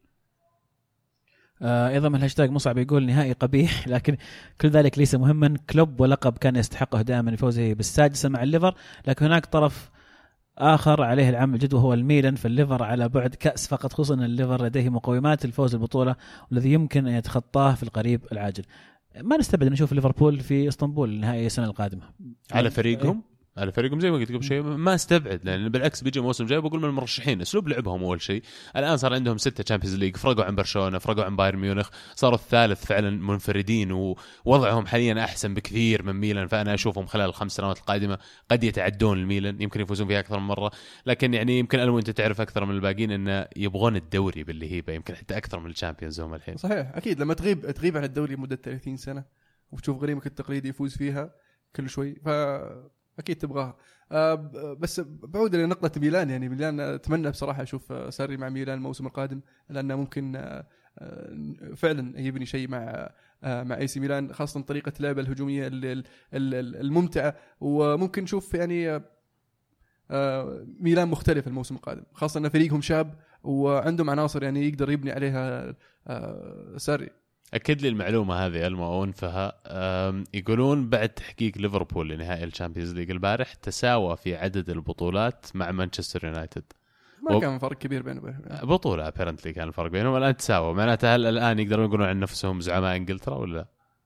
ايضا من الهاشتاج مصعب يقول نهائي قبيح، لكن كل ذلك ليس مهما. كلوب ولقب كان يستحقه دائما فوزه بالسادسة مع الليفر، لكن هناك طرف آخر عليه العمل جد وهو الميلان. فالليفر على بعد كأس فقط، خصوصا أن الليفر لديه مقومات الفوز البطولة والذي يمكن أن يتخطاه في القريب العاجل. ما نستبعد أن نشوف ليفربول في اسطنبول نهائي السنة القادمة على فريقهم. على فريقهم زي ما قلت قبل شيء ما استبعد، لأن بالعكس بيجي موسم جاي بقول من المرشحين. أسلوب لعبهم أول شيء، الآن صار عندهم 6 تشامبيونز ليج، فرقوا عن برشلونة، فرقوا عن بايرن ميونخ، صاروا الثالث فعلا منفردين، ووضعهم حاليا أحسن بكثير من ميلان. فأنا أشوفهم خلال ال5 سنوات القادمة قد يتعدون الميلان، يمكن يفوزون فيها أكثر من مرة. لكن يعني يمكن ألو أنت تعرف أكثر من الباقين إن يبغون الدوري باللهيبة، يمكن حتى أكثر من الشامبيونز هم الحين. صحيح أكيد. لما تغيب عن الدوري مدة 30 سنة وتشوف غريمك التقليدي يفوز فيها كل شوي، فأكيد تبغاها. بس بعود لنقطة ميلان، يعني ميلان أتمنى بصراحة أشوف ساري مع ميلان الموسم القادم، لأنه ممكن فعلا يبني شيء مع اي سي ميلان، خاصة طريقة اللعبة الهجومية الممتعة. وممكن نشوف يعني ميلان مختلف الموسم القادم، خاصة أن فريقهم شاب وعندهم عناصر يعني يقدر يبني عليها ساري. أكد لي المعلومة هذه المؤونفها. يقولون بعد تحقيق ليفربول لنهائي الشامبيونز ليج البارح تساوى في عدد البطولات مع مانشستر يونايتد. ما كان فرق كبير بينهم بطولة apparently كان الفرق بينهم، الآن تساوى. معناتها هل الآن يقدرون يقولون عن نفسهم زعماء إنجلترا ولا؟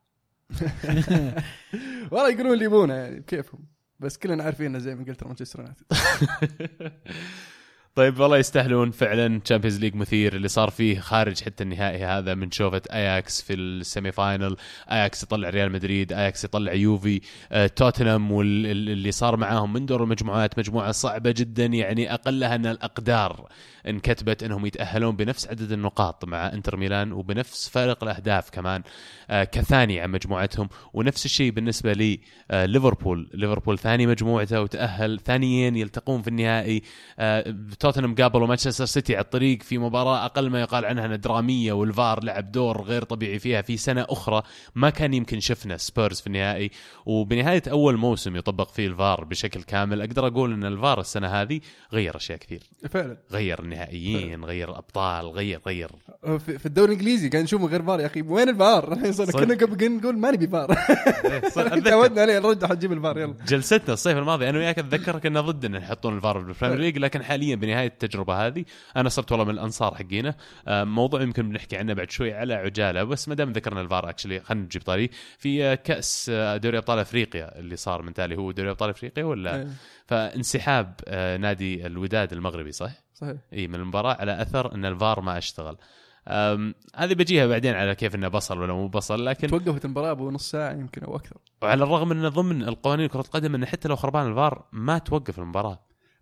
والله يقولون اللي يبونه يعني كيفهم، بس كلنا عارفين إنه زي إنجلترا مانشستر يونايتد. طيب والله يستاهلون فعلا. تشامبيونز ليج مثير اللي صار فيه خارج حتى النهائي هذا من شوفة اياكس في السيمي فاينل، اياكس يطلع ريال مدريد، اياكس يطلع يوفي، توتنهام واللي صار معاهم من دور المجموعات مجموعة صعبة جدا، يعني اقلها ان الاقدار انكتبت انهم يتأهلون بنفس عدد النقاط مع انتر ميلان وبنفس فارق الاهداف كمان كثاني عن مجموعتهم. ونفس الشيء بالنسبة لي ليفربول ثاني مجموعته وتأهل، ثانيين يلتقون في النهائي. توتنهام قابلوا مانشستر سيتي على الطريق في مباراة أقل ما يقال عنها درامية، والفار لعب دور غير طبيعي فيها في سنة أخرى ما كان يمكن شفنا سبيرز في النهائي. وبنهاية أول موسم يطبق فيه الفار بشكل كامل، أقدر أقول أن الفار السنة هذه غير أشياء كثير فعلا، غير النهائيين، غير الأبطال، غير في الدوري الإنجليزي قاعد نشوف غير فار. يا أخي وين الفار؟ كنا قبل نقول ما نبي فار، تعودنا عليه نرجع نجيب الفار. يلا جلستنا الصيف الماضي أنا وياك أتذكر كنا ضد أن يحطون الفار بالبريمير ليج، لكن حاليا بنهاية التجربة هذه أنا صرت والله من الأنصار حقينا. موضوع يمكن بنحكي عنه بعد شوي على عجالة، بس ما دام ذكرنا الفار أكشلي خلينا نجيب طاري في كأس دوري أبطال أفريقيا اللي صار من تالي. هو دوري أبطال أفريقيا ولا فانسحاب نادي الوداد المغربي صحيح إيه من المباراة على أثر أن الفار ما اشتغل. هذه بجيها بعدين على كيف انه بصل ولا مو بصل، لكن توقفت المباراة بنص ساعة يمكن او اكثر. وعلى الرغم من ضمن القوانين كرة القدم ان حتى لو خربان الفار ما توقف المباراة.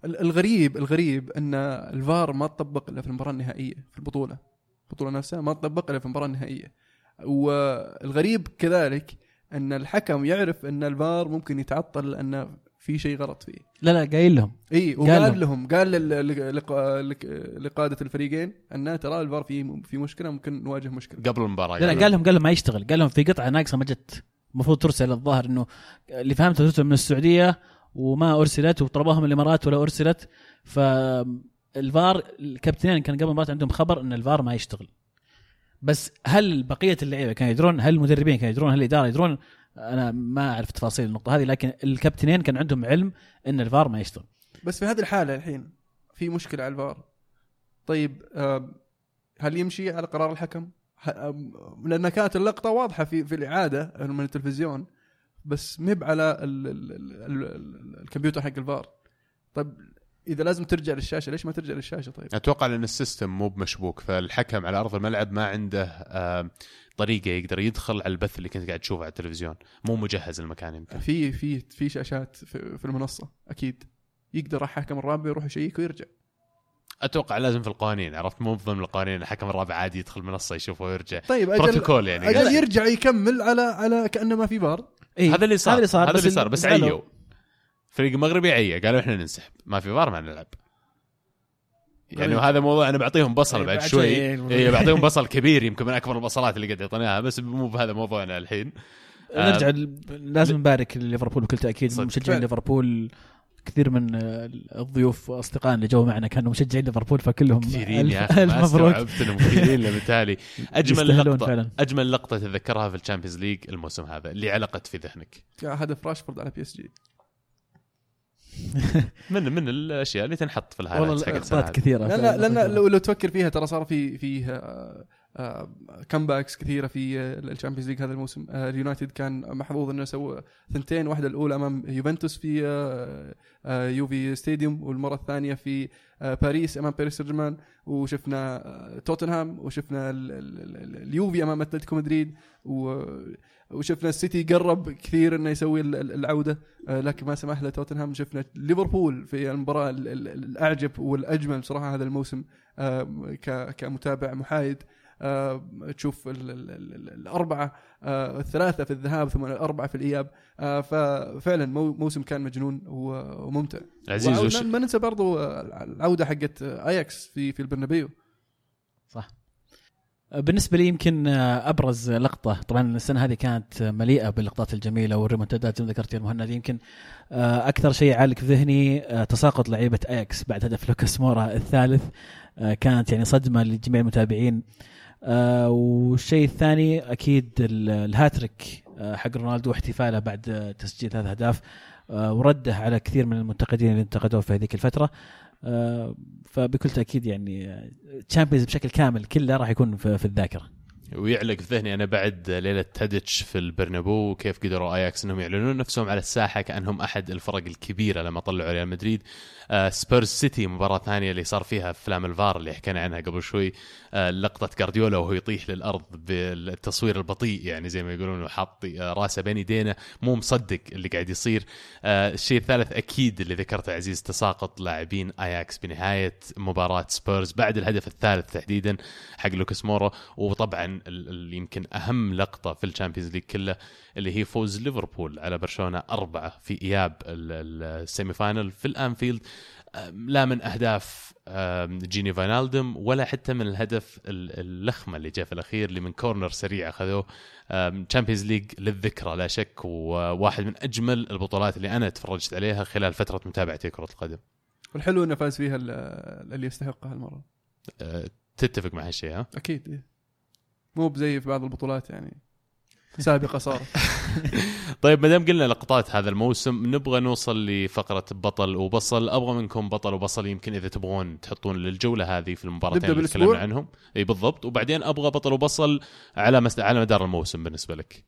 الغريب ان الفار ما تطبق الا في المباراة النهائية في البطولة نفسها، ما تطبق الا في المباراة النهائية. والغريب كذلك ان الحكم يعرف ان الفار ممكن يتعطل لان في شيء غلط فيه. لا قايل لهم قال لقادة الفريقين ان ترى الفار في مشكلة، ممكن نواجه مشكلة قبل المباراة. لا قال لهم ما يشتغل، قال لهم في قطعة ناقصة ما جت، المفروض ترسل. الظاهر انه اللي فهمته ترسل من السعودية وما ارسلت، وطلبوها من الامارات ولا ارسلت. فالفار الكابتنين كان قبل المباراة عندهم خبر ان الفار ما يشتغل. بس هل بقية اللعيبة كانوا يدرون؟ هل المدربين كانوا يدرون؟ هل الإدارة يدرون؟ أنا ما أعرف تفاصيل النقطة هذه، لكن الكابتنين كان عندهم علم إن الفار ما يشتغل. بس في هذه الحالة الحين في مشكلة على الفار. طيب هل يمشي على قرار الحكم؟ لأن كانت اللقطة واضحة في الإعادة من التلفزيون، بس مب على الكمبيوتر حق الفار. طيب إذا لازم ترجع للشاشة ليش ما ترجع للشاشة؟ طيب أتوقع لأن السيستم مو بمشبوك، فالحكم على أرض الملعب ما عنده طريقة يقدر يدخل على البث اللي كنت قاعد تشوفه على التلفزيون، مو مجهز المكان. يمكن في شاشات في المنصة أكيد يقدر الحكم الرابع يروح يشيك ويرجع. أتوقع لازم في القوانين، عرفت مو ضمن القوانين الحكم الرابع عادي يدخل منصة يشوفه ويرجع. طيب بروتوكول يعني أجل يرجع يكمل على كأنه ما في فار. إيه؟ هذا اللي صار بس عيو فريق مغربي عيه قالوا إحنا ننسحب ما في فار ما نلعب يعني. وهذا موضوع أنا بعطيهم بصل بعد شوي. إيه بعطيهم بصل كبير يمكن من أكبر البصلات اللي قد يعطيناها، بس مو بهذا موضوعنا الحين. نرجع لازم نبارك لليفربول بكل تأكيد. مشجعين ليفربول كثير من الضيوف واصدقائنا اللي جو معنا كانوا مشجعين ليفربول، فكلهم كثيرين يا اخي ما استوعبتهم كثيرين. لمثالي اجمل لقطه تتذكرها في الشامبيونز ليج الموسم هذا اللي علقت في ذهنك؟ هدف راشفورد على PSG. من الاشياء اللي تنحط في الهايلايتس حق السنه كثيره. لا لو تفكر فيها ترى صار فيه كامباكس كثيره في الشامبيونز ليج هذا الموسم. اليونايتد كان محظوظ انه سوى ثنتين، واحده الاولى امام يوفنتوس في يوفي ستاديوم، والمره الثانيه في باريس امام باريس سان جيرمان، وشفنا توتنهام، وشفنا اليوفي امام اتلتيكو مدريد، وشفنا السيتي قرب كثير انه يسوي العوده لكن ما سمح له توتنهام. شفنا ليفربول في المباراه الاعجب والاجمل صراحه هذا الموسم كمتابع محايد. تشوف الأربعة الثلاثة في الذهاب ثم الأربعة في الإياب. ففعلا موسم كان مجنون وممتع. عزيز ما ننسى برضو العودة حقت أياكس في البرنابيو. صح. بالنسبة لي يمكن أبرز لقطة، طبعا السنة هذه كانت مليئة باللقطات الجميلة والريمونتادات زي ما ذكرت يا مهند. يمكن أكثر شيء عالق في ذهني تساقط لعيبة أياكس بعد هدف لوكاس مورا الثالث. كانت يعني صدمة لجميع المتابعين. والشيء الثاني أكيد الهاتريك حق رونالدو واحتفاله بعد تسجيل 3 أهداف، ورده على كثير من المنتقدين اللي انتقدوه في هذه الفترة. فبكل تأكيد يعني تشامبيونز بشكل كامل كله راح يكون في الذاكرة. ويعلق في ذهني أنا بعد ليلة تاديتش في البرنابو كيف قدروا أياكس أنهم يعلنون نفسهم على الساحة كأنهم أحد الفرق الكبيرة لما طلعوا ريال مدريد. سبيرز سيتي مباراة ثانية اللي صار فيها فلام الفار اللي حكينا عنها قبل شوي، لقطة جارديولا وهو يطيح للأرض بالتصوير البطيء يعني زي ما يقولون، وحاط راسه بين يدينا مو مصدق اللي قاعد يصير. الشيء الثالث أكيد اللي ذكرته عزيز، تساقط لاعبين أياكس بنهاية مباراة سبيرز بعد الهدف الثالث تحديدا حق لوكاس مورا. وطبعا يمكن أهم لقطة في الشامبيونز ليج كله اللي هي فوز ليفربول على برشلونة 4 في إياب السيمي فاينل في الأنفيلد، لا من أهداف جيني فاينالدوم ولا حتى من الهدف اللخمة اللي جاء في الأخير اللي من كورنر سريع أخذوه. تشامبيونز ليج للذكرى لا شك، وواحد من أجمل البطولات اللي أنا تفرجت عليها خلال فترة متابعتي كرة القدم. والحلو إنه فاز فيها اللي يستحقها المرة. تتفق مع هالشيء؟ ها أكيد، مو بزي في بعض البطولات يعني سابقة صارت. طيب مدام قلنا لقطات هذا الموسم، نبغى نوصل لفقرة بطل وبصل. أبغى منكم بطل وبصل، يمكن إذا تبغون تحطون للجولة هذه في المباراتين اللي تكلمنا عنهم. أي بالضبط، وبعدين أبغى بطل وبصل على مدار الموسم بالنسبة لك.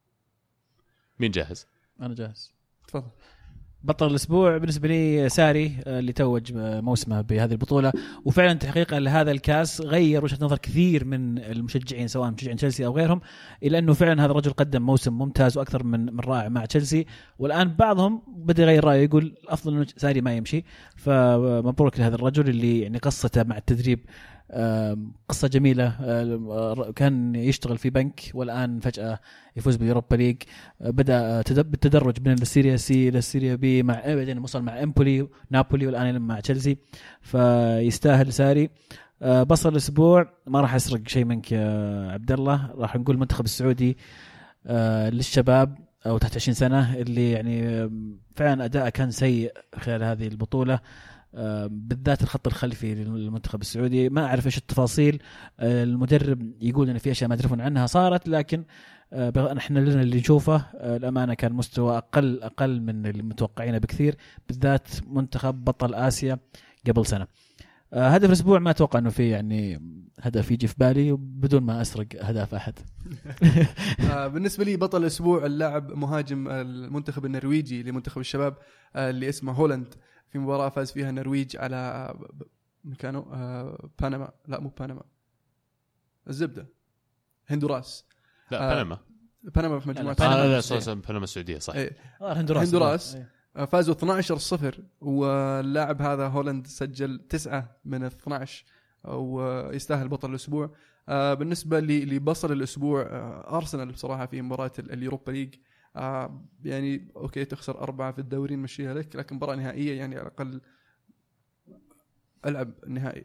مين جاهز؟ أنا جاهز. تفضل. بطل الأسبوع بالنسبة لي ساري اللي توج موسمه بهذه البطولة، وفعلا تحقيقا لهذا الكاس غير وجهة نظر كثير من المشجعين سواء مشجعين تشيلسي أو غيرهم، إلا أنه فعلا هذا الرجل قدم موسم ممتاز وأكثر من رائع مع تشيلسي. والآن بعضهم بدأ يغير رأيه يقول الأفضل أنه ساري ما يمشي. فمبروك لهذا الرجل اللي يعني قصته مع التدريب قصة جميلة. كان يشتغل في بنك والآن فجأة يفوز باليوروبا ليج، بدأ بالتدرج من السيريا سي إلى السيريا بي، مع بعدين وصل مع إمبولي نابولي والآن مع تشيلسي، فيستاهل ساري. بصل الأسبوع ما راح أسرق شيء منك يا عبد الله، راح نقول المنتخب السعودي للشباب أو تحت 20 سنة اللي يعني فعلا أداءه كان سيء خلال هذه البطولة، بالذات الخط الخلفي للمنتخب السعودي. ما أعرف إيش التفاصيل، المدرب يقول إن في أشياء ما تعرفون عنها صارت، لكن نحن لنا اللي نشوفه الأمانة كان مستوى أقل من المتوقعين بكثير، بالذات منتخب بطل آسيا قبل سنة. هدف الأسبوع ما أتوقع أنه في يعني هدف يجي في بالي بدون ما أسرق هدف أحد. بالنسبة لي بطل الأسبوع اللاعب مهاجم المنتخب النرويجي لمنتخب الشباب اللي اسمه هولند، في مباراة فاز فيها النرويج على كانوا بنما، لا مو بنما، الزبدة هندوراس. لا بنما في مجموعة لا بنما السعودية صح. هندوراس فازوا 12-0، واللاعب هذا هولند سجل 9 من 12 ويستاهل بطل الأسبوع. بالنسبة لبصل الأسبوع أرسنال بصراحة في مباراة اليوروبا ليج، يعني أوكي تخسر 4 في الدوري نمشيها لك، لكن مباراة نهائية يعني على الأقل ألعب النهائي.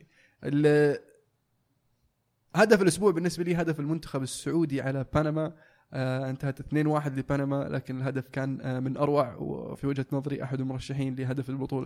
هدف الأسبوع بالنسبة لي هدف المنتخب السعودي على بنما، انتهت 2-1 لبنما، لكن الهدف كان من أروع وفي وجهة نظري أحد المرشحين لهدف البطولة.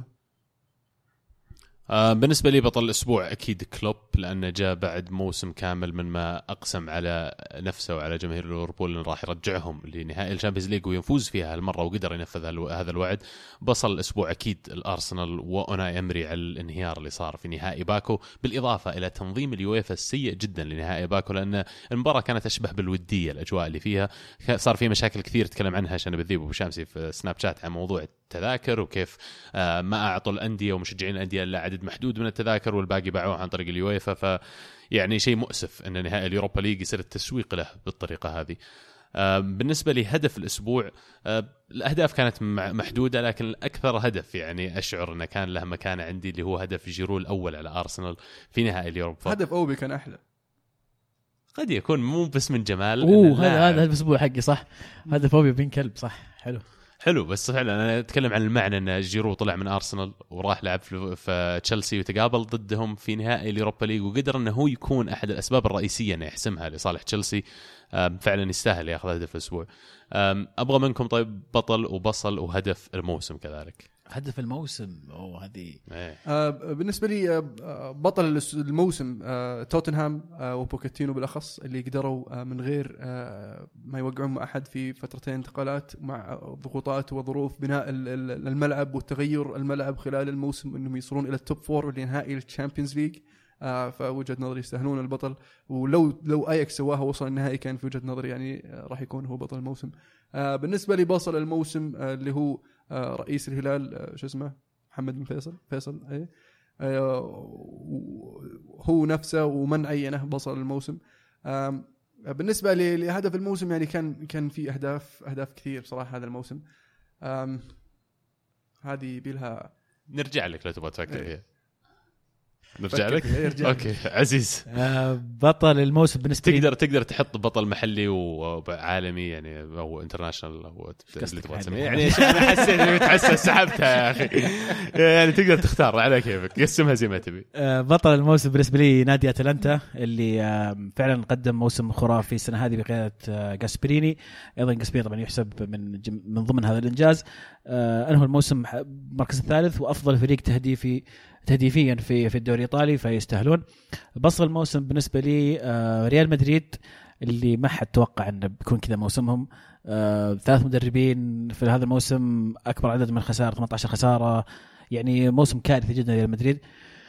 بالنسبة لي بطل الأسبوع أكيد كلوب، لأنه جاء بعد موسم كامل من ما أقسم على نفسه وعلى جماهير ليفربول أنه راح يرجعهم لنهائي الشامبيونز ليج ويفوز فيها هالمرة، وقدر ينفذ هذا الوعد. بصل الأسبوع أكيد الأرسنال وأوناي إمري على الانهيار اللي صار في نهائي باكو، بالإضافة إلى تنظيم اليويفا السيء جدا لنهائي باكو، لأن المباراة كانت أشبه بالودية، الأجواء اللي فيها صار فيه مشاكل كثير تكلم عنها شنب الذيب وبشامسي في سناب شات عن موضوع التذاكر، وكيف ما أعطوا الأندية ومشجعين الأندية إلا عدد محدود من التذاكر والباقي باعوها عن طريق اليويفا. يعني شيء مؤسف أن نهائي اليوروبا ليج يصير التسويق له بالطريقة هذه. بالنسبة لي هدف الأسبوع، الأهداف كانت محدودة، لكن الأكثر هدف يعني أشعر أنه كان له مكانة عندي اللي هو هدف جيرو الأول على أرسنال في نهائي اليوروبا. هدف أوبي كان أحلى، قد يكون مو بس من جمال. هذا الأسبوع حقي صح، هدف أوبي بين كلب صح، حلو. بس فعلا انا اتكلم عن المعنى ان جيرو طلع من ارسنال وراح لعب في تشيلسي وتقابل ضدهم في نهائي اليوروبا ليج، وقدر انه هو يكون احد الاسباب الرئيسيه انه يحسمها لصالح تشيلسي. فعلا يستاهل ياخذ هدف الاسبوع. ابغى منكم طيب بطل وبصل وهدف الموسم كذلك. هدف الموسم هذه بالنسبة لي بطل الموسم توتنهام وبوكيتينو بالأخص، اللي قدروا من غير ما يوقعون مع أحد في فترتين انتقالات مع ضغوطات وظروف بناء الملعب وتغير الملعب خلال الموسم، أنهم يصلون إلى التوب 4 ولنهائي الشامبيونز ليج. فوجهة نظري يستاهلون البطل. ولو اياكس سواها وصل النهائي كان في وجهة نظري يعني راح يكون هو بطل الموسم. بالنسبه لي بطل الموسم اللي هو رئيس الهلال شو اسمه محمد بن فيصل اي هو نفسه ومن عينه بطل الموسم. بالنسبه لهدف الموسم يعني كان في اهداف كثير صراحه هذا الموسم. هذه بيلها نرجع لك لو تبغى تفكر فيها. نرجع لك اوكي عزيز. بطل الموسم بالنسبه لي تقدر تحط بطل محلي وعالمي يعني او انترناشونال او اللي تبغى تسميه يعني انا حسيت اني متحسس سحبتها يا اخي يعني تقدر تختار على كيفك قسمها زي ما تبي. بطل الموسم بالنسبه لي نادي اتلانتا اللي فعلا قدم موسم خرافي السنه هذه بقياده جاسبريني. ايضا جاسبريني طبعا يحسب من ضمن هذا الانجاز. انه الموسم المركز الثالث وافضل فريق تهديفيا في الدوري الإيطالي فيستاهلون. بصل الموسم بالنسبة لي ريال مدريد اللي ما حد توقع أنه بيكون كذا موسمهم. 3 مدربين في هذا الموسم، أكبر عدد من الخسائر 18 خسارة، يعني موسم كارثي جدا ريال مدريد.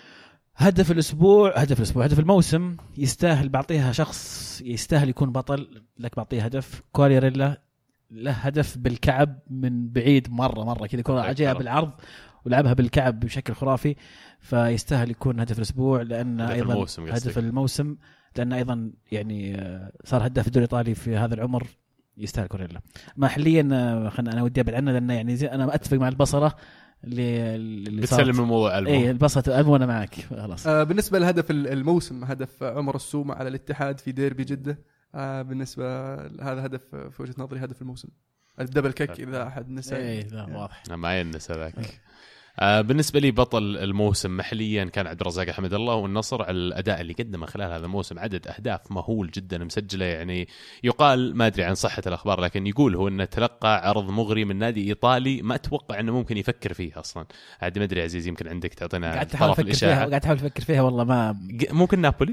هدف الموسم يستاهل بعطيها شخص يستاهل يكون بطل لك، بعطيه هدف كواليريلا، له هدف بالكعب من بعيد مرة كذا كرة عجيبة بالعرض ولعبها بالكعب بشكل خرافي، فيستاهل يكون هدف الأسبوع لأن أيضا هدف الموسم لأن أيضا يعني صار هداف الدوري الإيطالي في هذا العمر، يستاهل كوريلا. ما حاليا أنا ودي أبعد عنه لأن يعني أنا أتفق مع البصرة اللي بتسلم الموضوع اي البصرة أنا معك خلاص. بالنسبة لهدف الموسم هدف عمر السومة على الاتحاد في ديربي جدة. بالنسبة هذا هدف في وجهة نظري هدف الموسم، الدبل كيك إذا أحد نسى. واضح معي النسى ذاك. بالنسبة لي بطل الموسم محليا كان عبد الرزاق حمد الله والنصر على الأداء اللي قدمه خلال هذا الموسم. عدد أهداف مهول جدا مسجلة، يعني يقال ما أدري عن صحة الأخبار لكن يقول هو أنه تلقى عرض مغري من نادي إيطالي ما أتوقع أنه ممكن يفكر فيه أصلا. عاد ما أدري عزيز يمكن عندك تعطينا طرف الإشاعة. قاعد أحاول أفكر فيها والله ما ممكن نابولي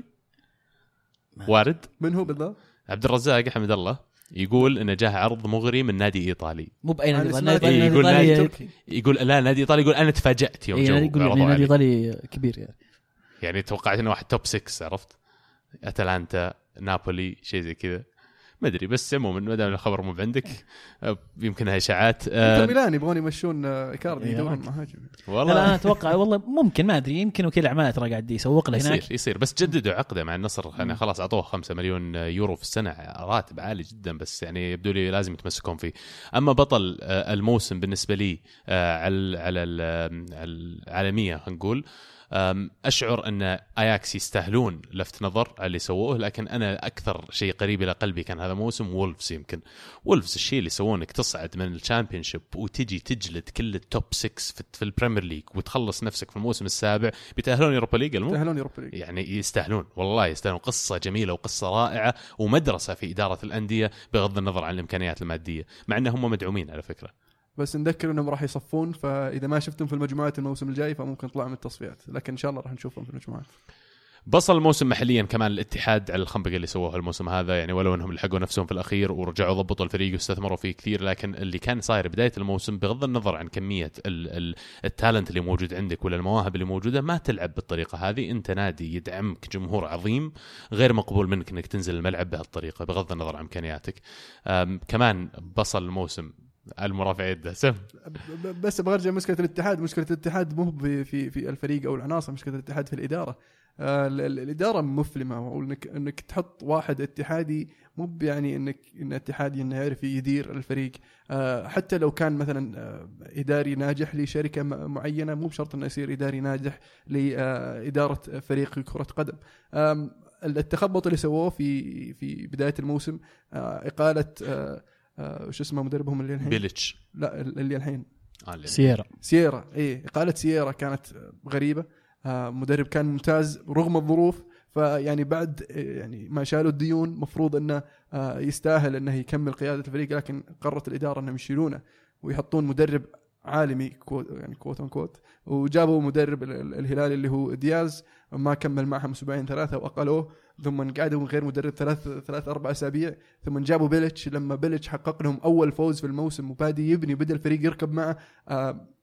وارد. من هو بالضبط؟ عبد الرزاق حمد الله يقول انه جاه عرض مغري من نادي ايطالي، مو باين نادي يقول نادي تركي، يقول لا نادي ايطالي، يقول انا تفاجأت يوم جو يقول نادي ايطالي كبير يعني توقعت انه واحد توب 6 عرفت، اتلانتا نابولي شيء زي كذا ما ادري. بس عموما ما دام الخبر مو عندك يمكن هاي اشاعات. انتر ميلان يبغون يمشون ايكاردي يدورون مهاجم والله. لا انا اتوقع والله ممكن ما ادري يمكن وكيل اعمال ترى قاعد يسوق له هناك. يصير بس جددوا عقده مع النصر يعني خلاص اعطوه 5 مليون يورو في السنه، راتب عالي جدا بس يعني يبدو لي لازم يتمسكون فيه. اما بطل الموسم بالنسبه لي على العالميه نقول أشعر أن أياكس يستاهلون لفت نظر على اللي سووه، لكن أنا أكثر شيء قريب إلى قلبي كان هذا موسم وولفز. يمكن وولفز الشيء اللي سوونه تصعد من الشامبيونشيب وتجي تجلد كل التوب 6 في البريمير ليج وتخلص نفسك في الموسم السابع. بيتأهلون يوروبا ليج يعني يستاهلون والله يستاهلون. قصة جميلة وقصة رائعة ومدرسة في إدارة الأندية بغض النظر عن الإمكانيات المادية، مع أنهم مدعومين على فكرة. بس نذكر انهم راح يصفون، فاذا ما شفتم في المجموعات الموسم الجاي فممكن تطلعوا من التصفيات، لكن ان شاء الله راح نشوفهم في المجموعات. بصل الموسم محليا كمان الاتحاد على الخنبقه اللي سووها الموسم هذا، يعني ولو انهم لحقوا نفسهم في الاخير ورجعوا ضبطوا الفريق واستثمروا فيه كثير، لكن اللي كان صاير بدايه الموسم بغض النظر عن كميه التالنت اللي موجود عندك ولا المواهب اللي موجوده ما تلعب بالطريقه هذه. انت نادي يدعمك جمهور عظيم، غير مقبول منك انك تنزل الملعب بهالطريقه بغض النظر عن امكانياتك. كمان بصل الموسم المرافع يده سم. بس برجع مشكله الاتحاد مو في الفريق او العناصر، مشكله الاتحاد في الاداره. الاداره مفلمه، وانك تحط واحد اتحادي مو يعني ان اتحادي انه يعرف يدير الفريق. حتى لو كان مثلا اداري ناجح لشركه معينه مو بشرط انه يصير اداري ناجح لاداره فريق كره قدم. التخبط اللي سووه في بدايه الموسم، اقاله وش اسمه مدربهم اللي الحين بيليتش، لا اللي الحين سييرا إقالة سييرا كانت غريبة. مدرب كان ممتاز رغم الظروف، فيعني بعد يعني ما شالوا الديون مفروض انه يستاهل انه يكمل قيادة الفريق، لكن قررت الإدارة انهم يشيلونه ويحطون مدرب عالمي يعني كوت اون كوت، وجابوا مدرب الهلال اللي هو دياز، ما كمل معهم 2-3 واقلوه، ثم قعدوا من غير مدرب 3-4 أسابيع، ثم جابوا بيليتش. لما بيليتش حقق لهم اول فوز في الموسم وبادي يبني، بدا الفريق يركب معه.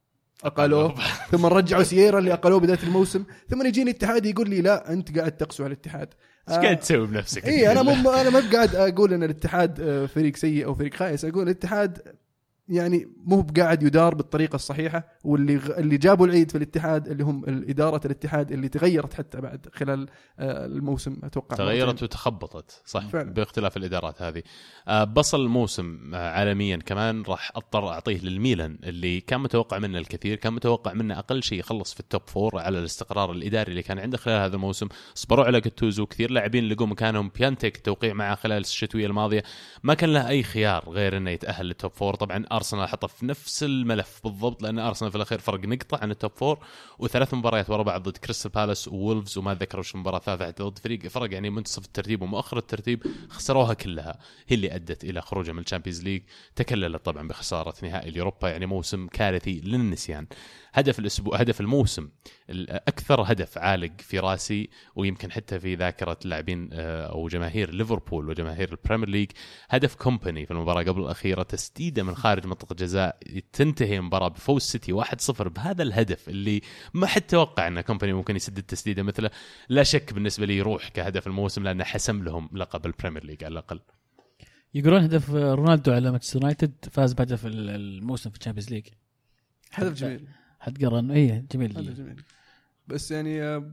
اقالوه ثم رجعوا سييرا اللي اقالوه بدايه الموسم، ثم يجيني الاتحاد يقول لي لا انت قاعد تقسو على الاتحاد. ايش قاعد تسوي بنفسك؟ انا ما قاعد اقول ان الاتحاد فريق سيء او فريق خايس، اقول الاتحاد يعني مو بقاعد يدار بالطريقه الصحيحه، واللي جابوا العيد في الاتحاد اللي هم اداره الاتحاد اللي تغيرت حتى بعد خلال الموسم، اتوقع تغيرت وتخبطت صح فعلا. باختلاف الادارات هذه. بصل الموسم عالميا كمان راح اضطر اعطيه للميلان اللي كان متوقع منه الكثير، كان متوقع منه اقل شيء يخلص في التوب فور على الاستقرار الاداري اللي كان عنده خلال هذا الموسم. صبروا على جاتوزو، كثير لاعبين لقوا مكانهم، بيانتيك توقيع معه خلال الشتويه الماضيه، ما كان له اي خيار غير انه يتاهل للتوب فور. طبعا ارسنال حطه في نفس الملف بالضبط، لان ارسنال في الاخير فرق نقطه عن التوب فور، وثلاث مباريات ورا بعض ضد كريستال بالاس وولفز، وما ذكروا وش المباراه الثالثه ضد فرق يعني منتصف الترتيب ومؤخر الترتيب، خسروها كلها، هي اللي ادت الى خروجه من الشامبيونز ليج. تكللت طبعا بخساره نهائي اليوروبا، يعني موسم كارثي للنسيان. هدف الاسبوع، هدف الموسم الاكثر هدف عالق في راسي ويمكن حتى في ذاكره اللاعبين او جماهير ليفربول وجماهير البريمير ليج، هدف كومباني في المباراه قبل الاخيره، تسديده من خارج منطقه جزاء تنتهي المباراه بفوز سيتي 1-0 بهذا الهدف اللي ما حد توقع ان كومباني ممكن يسدد تسديده مثله. لا شك بالنسبه لي يروح كهدف الموسم لانه حسم لهم لقب البريمير ليج على الاقل. يقولون هدف رونالدو على مانشستر يونايتد فاز بهدف الموسم في الشامبيونز ليج. هدف جميل، حد قرن ايه جميل. بس يعني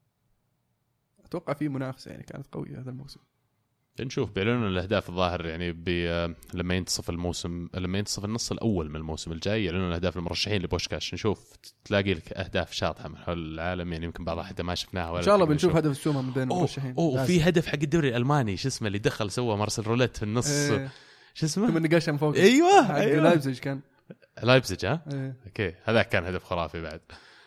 اتوقع في منافسه يعني كانت قويه هذا الموسم. نشوف بيعلنون الاهداف الظاهر يعني لما ينتصف الموسم، لما ينتصف النص الاول من الموسم الجاي يعلنون اهداف المرشحين لبوشكاش. نشوف تلاقي لك اهداف شاطحه من حول العالم، يعني يمكن بعضها حتى ما شفناها ولا ان شاء الله بنشوف هدف السومه من بين المرشحين. وفي هدف حق الدوري الالماني شو اسمه اللي دخل سوى مارسيل روليت في النص شو اسمه ثم النقاش من فوق. ايوه لايبزيج كان لايبزيج اوكي هذا كان هدف خرافي بعد.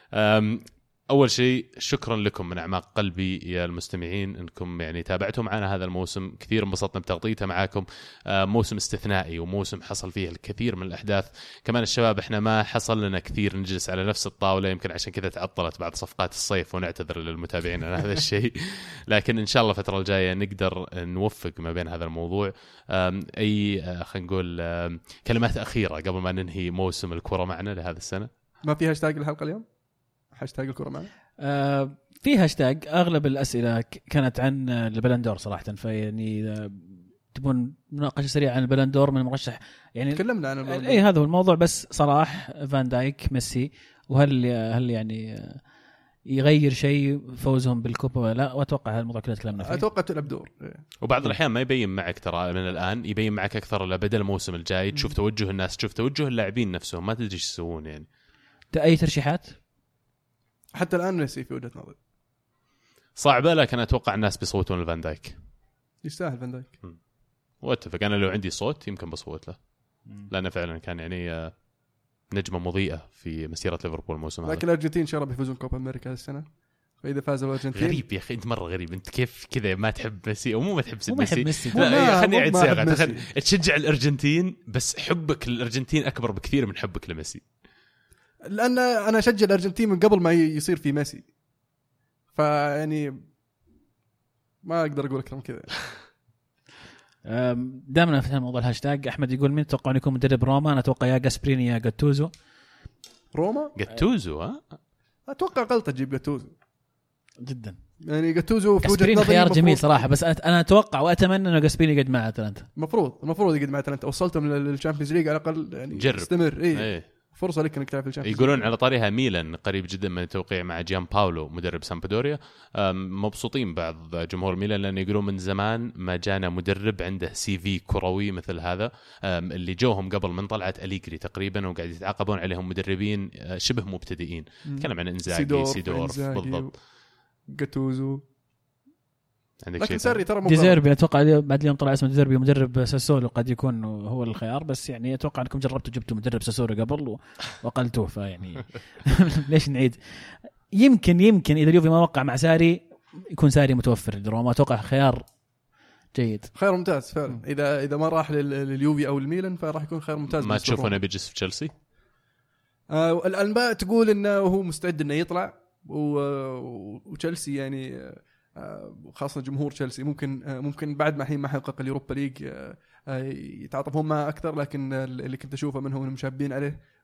أول شيء شكرا لكم من أعماق قلبي يا المستمعين أنكم يعني تابعتوا معنا هذا الموسم، كثير انبسطنا بتغطيته معاكم. موسم استثنائي وموسم حصل فيه الكثير من الأحداث. كمان الشباب إحنا ما حصل لنا كثير نجلس على نفس الطاولة، يمكن عشان كذا تعطلت بعد صفقات الصيف، ونعتذر للمتابعين عن هذا الشيء. لكن إن شاء الله الفترة الجاية نقدر نوفق ما بين هذا الموضوع. أي خلينا نقول كلمات أخيرة قبل ما ننهي موسم الكرة معنا لهذا السنة؟ ما في هاشتاج الحلقة اليوم؟ هاشتاج الكرة معنا؟ في هاشتاج. اغلب الاسئله كانت عن البلندور صراحه، فيعني تبون مناقشه سريعه عن البلندور من المرشح يعني تكلمنا عن البلندور. اي هذا هو الموضوع، بس صلاح فان دايك ميسي، وهل يعني يغير شيء فوزهم بالكوبا ولا لا؟ واتوقع هذا الموضوع كله تكلمنا فيه. اتوقع تلعب دور، وبعض الاحيان ما يبين معك ترى من الان، يبين معك اكثر لبدل الموسم الجاي، تشوف توجه الناس، تشوف توجه اللاعبين نفسهم، ما تدري ايش يسوون يعني. اي ترشيحات؟ حتى الآن ميسي في وجهة نظري صعبة، لكن أتوقع الناس بيصوتون لفان دايك. يستاهل فان دايك. واتفق، أنا لو عندي صوت يمكن بصوت له، لأنه فعلا كان يعني نجمة مضيئة في مسيرة ليفربول الموسم هذا. لكن الأرجنتين إن شاء الله بيفوزون كوبا أمريكا السنة، فإذا فازوا الأرجنتين. غريب يا أخي، أنت مرة غريب، أنت كيف كذا ما تحب ميسي أو مو ما تحب ميسي؟ لا خلني أعيد صياغة. تشجع الأرجنتين بس حبك للأرجنتين أكبر بكثير من حبك لميسي. لأن أنا أشجع الأرجنتين من قبل ما يصير في ميسي، فيعني ما أقدر أقول أكثر من كذا. دائما في موضوع الهاشتاج. أحمد يقول مين تتوقعون يكون مدرب روما؟ أنا أتوقع يا جاسبريني يا جاتوزو. روما جاتوزو أتوقع غلطة تجيب جاتوزو جدا، يعني جاتوزو في وجهة نظري خيار جميل صراحة، بس أنا أتوقع وأتمنى إنه جاسبريني يقعد مع أتلانتا. المفروض يقعد مع أتلانتا، وصلتهم للشامبيونز ليج على الأقل يعني. جرب استمر إيه. فرصة لك انك تلعب في الشامبيونز. يقولون على طاريها ميلان قريب جدا من التوقيع مع جيان باولو مدرب سامبدوريا. مبسوطين بعض جمهور ميلان لأن يقولون من زمان ما جانا مدرب عنده سي في كروي مثل هذا. اللي جوهم قبل من طلعت أليجري تقريبا وقاعد يتعاقبون عليهم مدربين شبه مبتدئين. تكلم عن إنزاغي، سيدور بالضبط، جاتوزو. لكن ساري ترى ديزيربي أتوقع بعد اليوم طلع اسمه ديزيربي مدرب ساسولو، قد يكون هو الخيار، بس يعني أتوقع أنكم جربتوا جبتوا مدرب ساسولو قبل وقلتوه، فيعني ليش نعيد؟ يمكن إذا اليوفي ما وقع مع ساري يكون ساري متوفر لروما، أتوقع خيار جيد، خيار ممتاز فعلا. إذا ما راح لليوفي أو الميلان فراح يكون خيار ممتاز. ما تشوفونه بيجلس في تشيلسي؟ الأنباء تقول إنه هو مستعد إنه يطلع، وتشيلسي يعني خاصة جمهور تشيلسي ممكن بعد ما الحين ما حقق اليوروبا ليج يتعاطفون معه أكثر، لكن اللي كنت أشوفه منهم إنهم مشابين عليه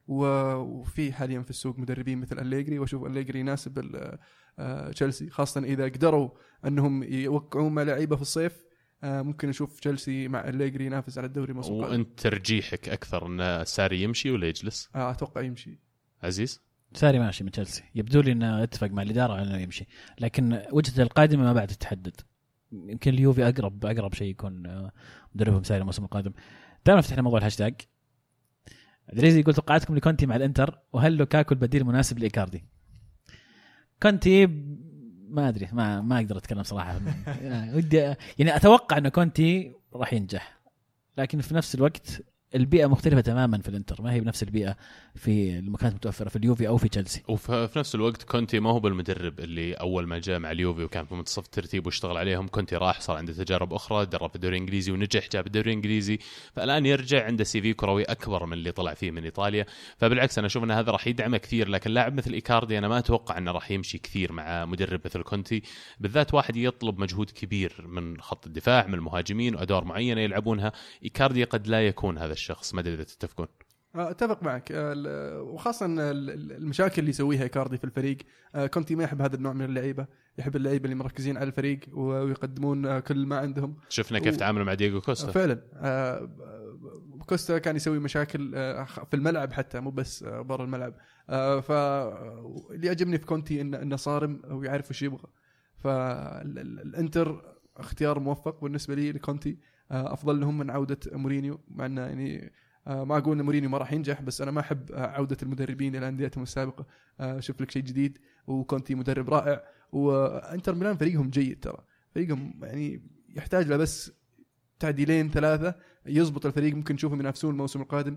وفي حاليا في السوق مدربين مثل أليجري، واشوف أليجري يناسب تشيلسي، خاصه اذا قدروا انهم يوقعون مع لعيبه في الصيف. ممكن نشوف تشيلسي مع أليجري ينافس على الدوري الموسم القادم. وانت ترجيحك اكثر ان ساري يمشي ولا يجلس؟ اتوقع يمشي. عزيز ساري ماشي من تشيلسي، يبدو لي انه اتفق مع الاداره على انه يمشي، لكن وجهته القادمه ما بعد تتحدد. يمكن اليوفي اقرب شيء يكون مدربهم ساري الموسم القادم. دائما فتحنا موضوع الهاشتاج. دريزي يقول توقعاتكم لكونتي مع الانتر، وهل لوكاكو البديل مناسب لإيكاردي؟ كونتي ما ادري، ما اقدر اتكلم صراحه. ودي يعني اتوقع انه كونتي راح ينجح، لكن في نفس الوقت البيئة مختلفة تماما في الانتر، ما هي بنفس البيئة في المكانات المتوفرة في اليوفي أو في تشيلسي. وفي نفس الوقت كونتي ما هو بالمدرب اللي أول ما جاء مع اليوفي وكان في منتصف الترتيب واشتغل عليهم. كونتي راح صار عنده تجارب أخرى، درب في الدوري الإنجليزي ونجح، جاب الدوري الإنجليزي، فالآن يرجع عنده سي في كروي أكبر من اللي طلع فيه من إيطاليا. فبالعكس أنا أشوف أن هذا راح يدعمه كثير. لكن لاعب مثل إيكاردي أنا ما أتوقع أنه راح يمشي كثير مع مدرب مثل كونتي، بالذات واحد يطلب مجهود كبير من خط الدفاع، من المهاجمين، وأدوار معينة يلعبونها. إيكاردي قد لا يكون هذا الشخص. ما أدري إذا تتفقون. اتفق معك، وخاصه المشاكل اللي يسويها إيكاردي في الفريق. كونتي ما يحب هذا النوع من اللعيبه، يحب اللعيبه اللي مركزين على الفريق ويقدمون كل ما عندهم. شفنا كيف تعاملوا مع دييغو كوستا. فعلا كوستا كان يسوي مشاكل في الملعب حتى مو بس برا الملعب. فاللي يعجبني في كونتي انه صارم ويعرف وش يبغى. فالانتر اختيار موفق بالنسبه لي لكونتي، افضل لهم من عوده مورينيو، مع انه يعني ما أقول إن مورينيو ما راح ينجح، بس أنا ما أحب عودة المدربين إلى أنديتهم السابقة. شوف لك شيء جديد، وكونتي مدرب رائع، وإنتر ميلان فريقهم جيد، ترى فريقهم يعني يحتاج له بس تعديلين 3 يضبط الفريق، ممكن نشوفهم ينافسون الموسم القادم.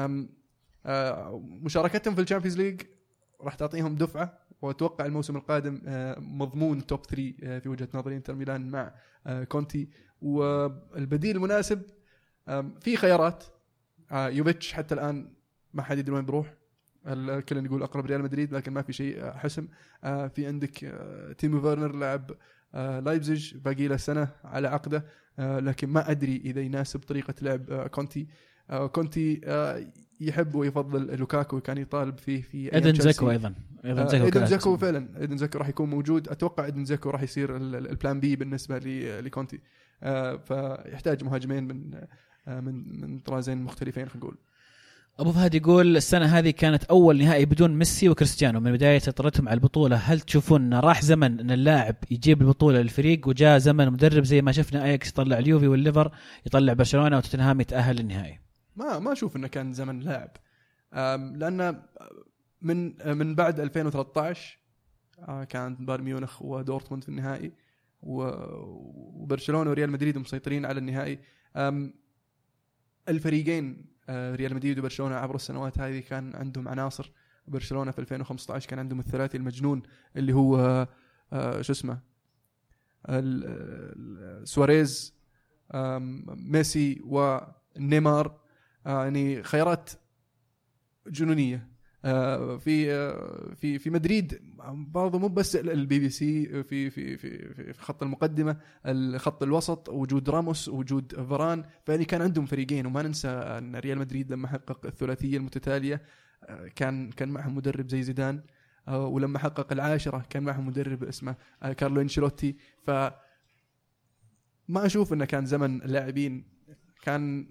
مشاركتهم في الشامبيونز ليج راح تعطيهم دفعة، وأتوقع الموسم القادم مضمون توب 3 في وجهة نظري إنتر ميلان مع كونتي. والبديل المناسب في خيارات. يوفيتش حتى الآن ما حد يدري وين بروح، الكل يقول أقرب ريال مدريد، لكن ما في شيء حسم. في عندك تيمو فيرنر لاعب لايبزيج، باقي له سنة على عقده، لكن ما أدري إذا يناسب طريقة لعب كونتي. كونتي يحب ويفضل لوكاكو، كان يطالب فيه في إيدن زيكو أيضا. إيدن زيكو فعلا، إيدن زيكو راح يكون موجود. أتوقع إيدن زيكو راح يصير البلان بي بالنسبة لكونتي. فيحتاج مهاجمين من طرازين مختلفين. خلينا نقول أبو فهد يقول السنة هذه كانت أول نهائي بدون ميسي وكريستيانو من بداية سيطرتهم على البطولة. هل تشوفون أن راح زمن أن اللاعب يجيب البطولة للفريق، وجاء زمن مدرب زي ما شفنا أياكس يطلع اليوفي والليفر، يطلع برشلونة وتوتنهام يتأهل للنهائي؟ ما أشوف أنه كان زمن لاعب، لأن من بعد 2013 كان بايرن ميونخ ودورتموند في النهائي، وبرشلونة وريال مدريد مسيطرين على النهائي. الفريقين ريال مدريد وبرشلونة عبر السنوات هذه كان عندهم عناصر. برشلونة في 2015 كان عندهم الثلاثي المجنون اللي هو شو اسمه سواريز، ميسي ونيمار، يعني خيارات جنونية. في مدريد برضه مو بس البي بي سي في خط المقدمة، الخط الوسط، وجود راموس، وجود فران، فيعني كان عندهم فريقين. وما ننسى أن ريال مدريد لما حقق الثلاثية المتتالية كان معهم مدرب زي زيدان، ولما حقق 10 كان معهم مدرب اسمه كارلو انشيلوتي. فما أشوف أنه كان زمن لاعبين، كان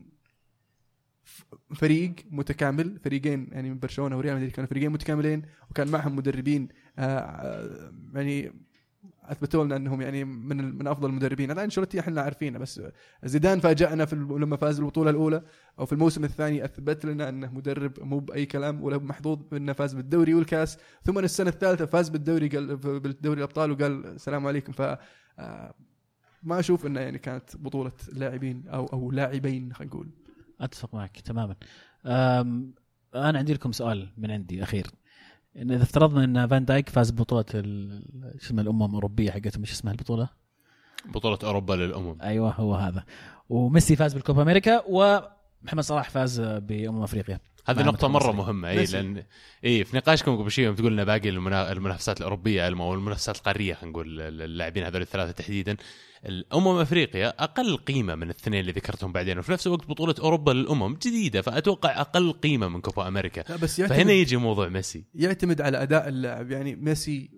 فريق متكامل، فريقين يعني من برشلونة وريال مدريد كانوا فريقين متكاملين، وكان معهم مدربين يعني اثبتوا لنا انهم يعني من افضل المدربين. الان انشيلوتي احنا عارفينه، بس زيدان فاجأنا لما فاز البطولة الاولى، او في الموسم الثاني اثبت لنا انه مدرب مو باي كلام ولا محظوظ، انه فاز بالدوري والكاس، ثم السنة الثالثة فاز بالدوري الابطال وقال السلام عليكم. ف ما اشوف انه يعني كانت بطولة لاعبين او لاعبين. خلينا نقول أتفق معك تماما. أنا عندي لكم سؤال من عندي أخير. إن إذا افترضنا أن فان دايك فاز ببطولة اسمها الأمم الأوروبية حقتهم، مش اسمها البطولة؟ بطولة أوروبا للأمم. أيوة هو هذا. وميسي فاز بالكوبا أمريكا، ومحمد صلاح فاز بأمم أفريقيا. هذه نقطة مرة مهمة. ميسي. لأن في نقاشكم قبل شوي تقول لنا باقي المنافسات الأوروبية أو المنافسات القارية، خلينا نقول اللاعبين هذول الثلاثة تحديدا، أفريقيا أقل قيمة من الاثنين اللي ذكرتهم بعدين، وفي نفس الوقت بطولة أوروبا للأمم جديدة، فأتوقع أقل قيمة من كوبا أمريكا. بس فهنا يجي موضوع ميسي، يعتمد على أداء اللاعب. يعني ميسي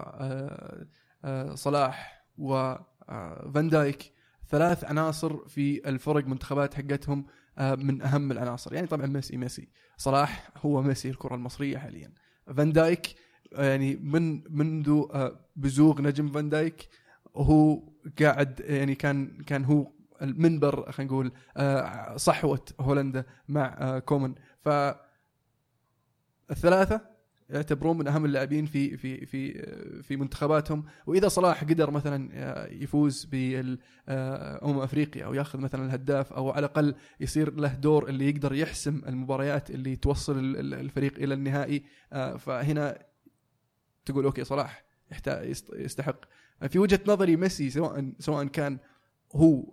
وصلاح وفان دايك 3 عناصر في الفرق منتخبات حقتهم من أهم العناصر. يعني طبعا ميسي صلاح هو ميسي الكرة المصرية حاليا. فان دايك يعني منذ بزوغ نجم فان دايك هو قاعد، يعني كان هو المنبر، خلينا نقول صحوة هولندا مع كومان. فالثلاثة يعتبرون من أهم اللاعبين في منتخباتهم. وإذا صلاح قدر مثلا يفوز أفريقيا أو يأخذ مثلا الهداف، أو على الأقل يصير له دور اللي يقدر يحسم المباريات اللي توصل الفريق إلى النهائي، فهنا تقول أوكي صلاح يستحق. في وجهة نظري ميسي سواء كان هو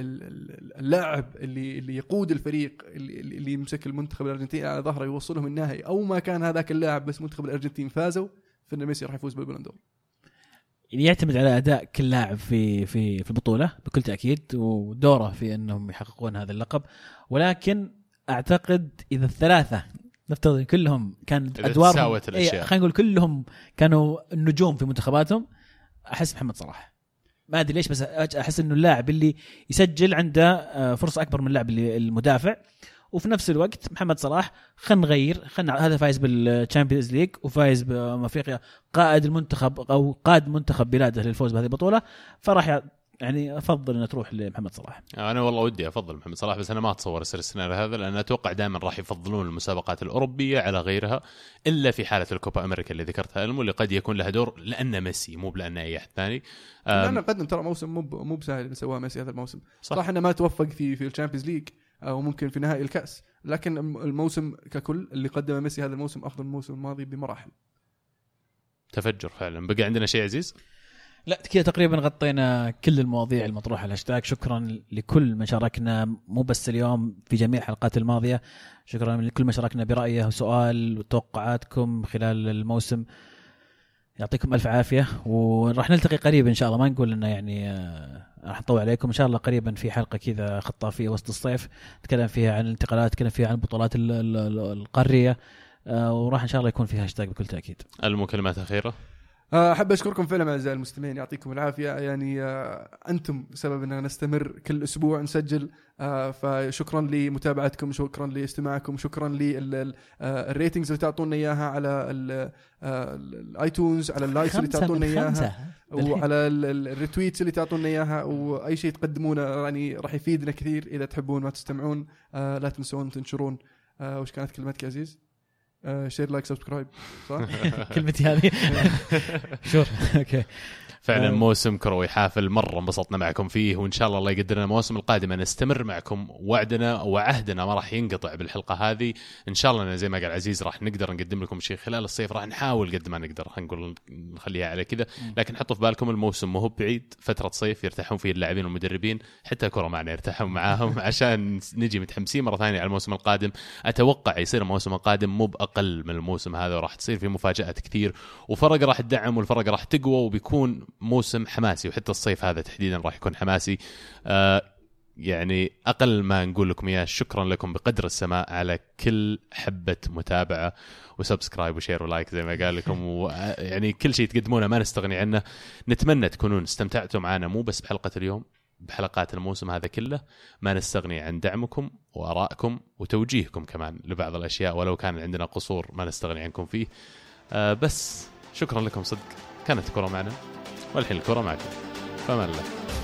اللاعب اللي يقود الفريق اللي يمسك المنتخب الأرجنتيني على ظهره يوصلهم النهائي، أو ما كان هذاك اللاعب بس منتخب الأرجنتين فازوا، فإن ميسي راح يفوز بالبالون دور. يعتمد على أداء كل لاعب في البطولة بكل تأكيد، ودوره في أنهم يحققون هذا اللقب. ولكن أعتقد إذا الثلاثة نفترض كلهم كانت أدوارهم خلينا نقول كلهم كانوا النجوم في منتخباتهم، أحس محمد صلاح. ما أدري ليش، بس أحس إنه اللاعب اللي يسجل عنده فرصة أكبر من اللاعب المدافع. وفي نفس الوقت محمد صلاح هذا فايز بالتشامبيونز ليج وفايز بأفريقيا، قائد المنتخب أو قاد منتخب بلاده للفوز بهذه البطولة، فراح يعني أفضل أن تروح لمحمد صلاح. أنا والله ودي أفضل محمد صلاح، بس أنا ما أتصور يصير السيناريو هذا، لأن أتوقع دائما راح يفضلون المسابقات الأوروبية على غيرها، إلا في حالة الكوبا أمريكا اللي ذكرتها اللي قد يكون لها دور لأن ميسي، مو لأن أي أحد ثاني. أنا قدم ترى موسم مو بسهل اللي سواه ميسي هذا الموسم. صح إنه ما توفق في الشامبيونز ليج أو ممكن في نهائي الكأس، لكن الموسم ككل اللي قدمه ميسي هذا الموسم أفضل موسم الماضي بمراحل. تفجر فعلا. بقى عندنا شيء عزيز؟ لا كذا تقريبا غطينا كل المواضيع المطروحة على الهاشتاج. شكرا لكل من شاركنا، مو بس اليوم، في جميع الحلقات الماضية. شكرا لكل من شاركنا برأيه وسؤال وتوقعاتكم خلال الموسم. يعطيكم ألف عافية، وراح نلتقي قريبا إن شاء الله. ما نقول إنه يعني راح نطول عليكم، إن شاء الله قريبا في حلقة كذا خطافية وسط الصيف نتكلم فيها عن الانتقالات، نتكلم فيها عن البطولات القارية، وراح إن شاء الله يكون فيها هاشتاج بكل تأكيد. المكالمات الأخيرة. أحب أشكركم فعلا أعزائي المستمعين، يعطيكم العافية. يعني أنتم سبب أننا نستمر كل أسبوع نسجل، فشكرا لمتابعتكم، شكرا لاستماعكم، شكرا للريتنجز اللي تعطونا إياها على الآيتونز، على اللايكس اللي تعطونا إياها، وعلى الريتويتس اللي تعطونا إياها، وأي شيء تقدمونه يعني راح يفيدنا كثير. إذا تحبون ما تستمعون لا تنسون تنشرون. وش كانت كلمتك عزيز؟ شير لايك سبسكرايب، صح؟ كلمتي هذه شور. اوكي فعلا موسم كروي حافل، مرة انبسطنا معكم فيه، وإن شاء الله يقدرنا الموسم القادم نستمر معكم. وعدنا وعهدنا ما راح ينقطع بالحلقة هذه إن شاء الله. زي ما قال عزيز راح نقدر نقدم لكم شيء خلال الصيف، راح نحاول قد ما نقدر، هنقول نخليها على كذا. لكن حطوا في بالكم الموسم مو بعيد، فترة صيف يرتاحون فيه اللاعبين والمدربين، حتى الكرة معنا يرتاحون معاهم عشان نجي متحمسين مرة ثانية على الموسم القادم. أتوقع يصير الموسم القادم مو بأقل من الموسم هذا، وراح تصير فيه مفاجآت كثير، وفرق راح تدعم والفرق راح تقوى، وبيكون موسم حماسي. وحتى الصيف هذا تحديدا راح يكون حماسي. يعني أقل ما نقول لكم إياه شكرا لكم بقدر السماء على كل حبة متابعة وسبسكرايب وشير ولايك زي ما قال لكم، ويعني كل شيء تقدمونه ما نستغني عنه. نتمنى تكونون استمتعتوا معنا، مو بس بحلقة اليوم، بحلقات الموسم هذا كله. ما نستغني عن دعمكم وآرائكم وتوجيهكم كمان لبعض الأشياء، ولو كان عندنا قصور ما نستغني عنكم فيه. بس شكرا لكم صدق. كانت الكرة معنا، والحين الكرة معكم. فما الله.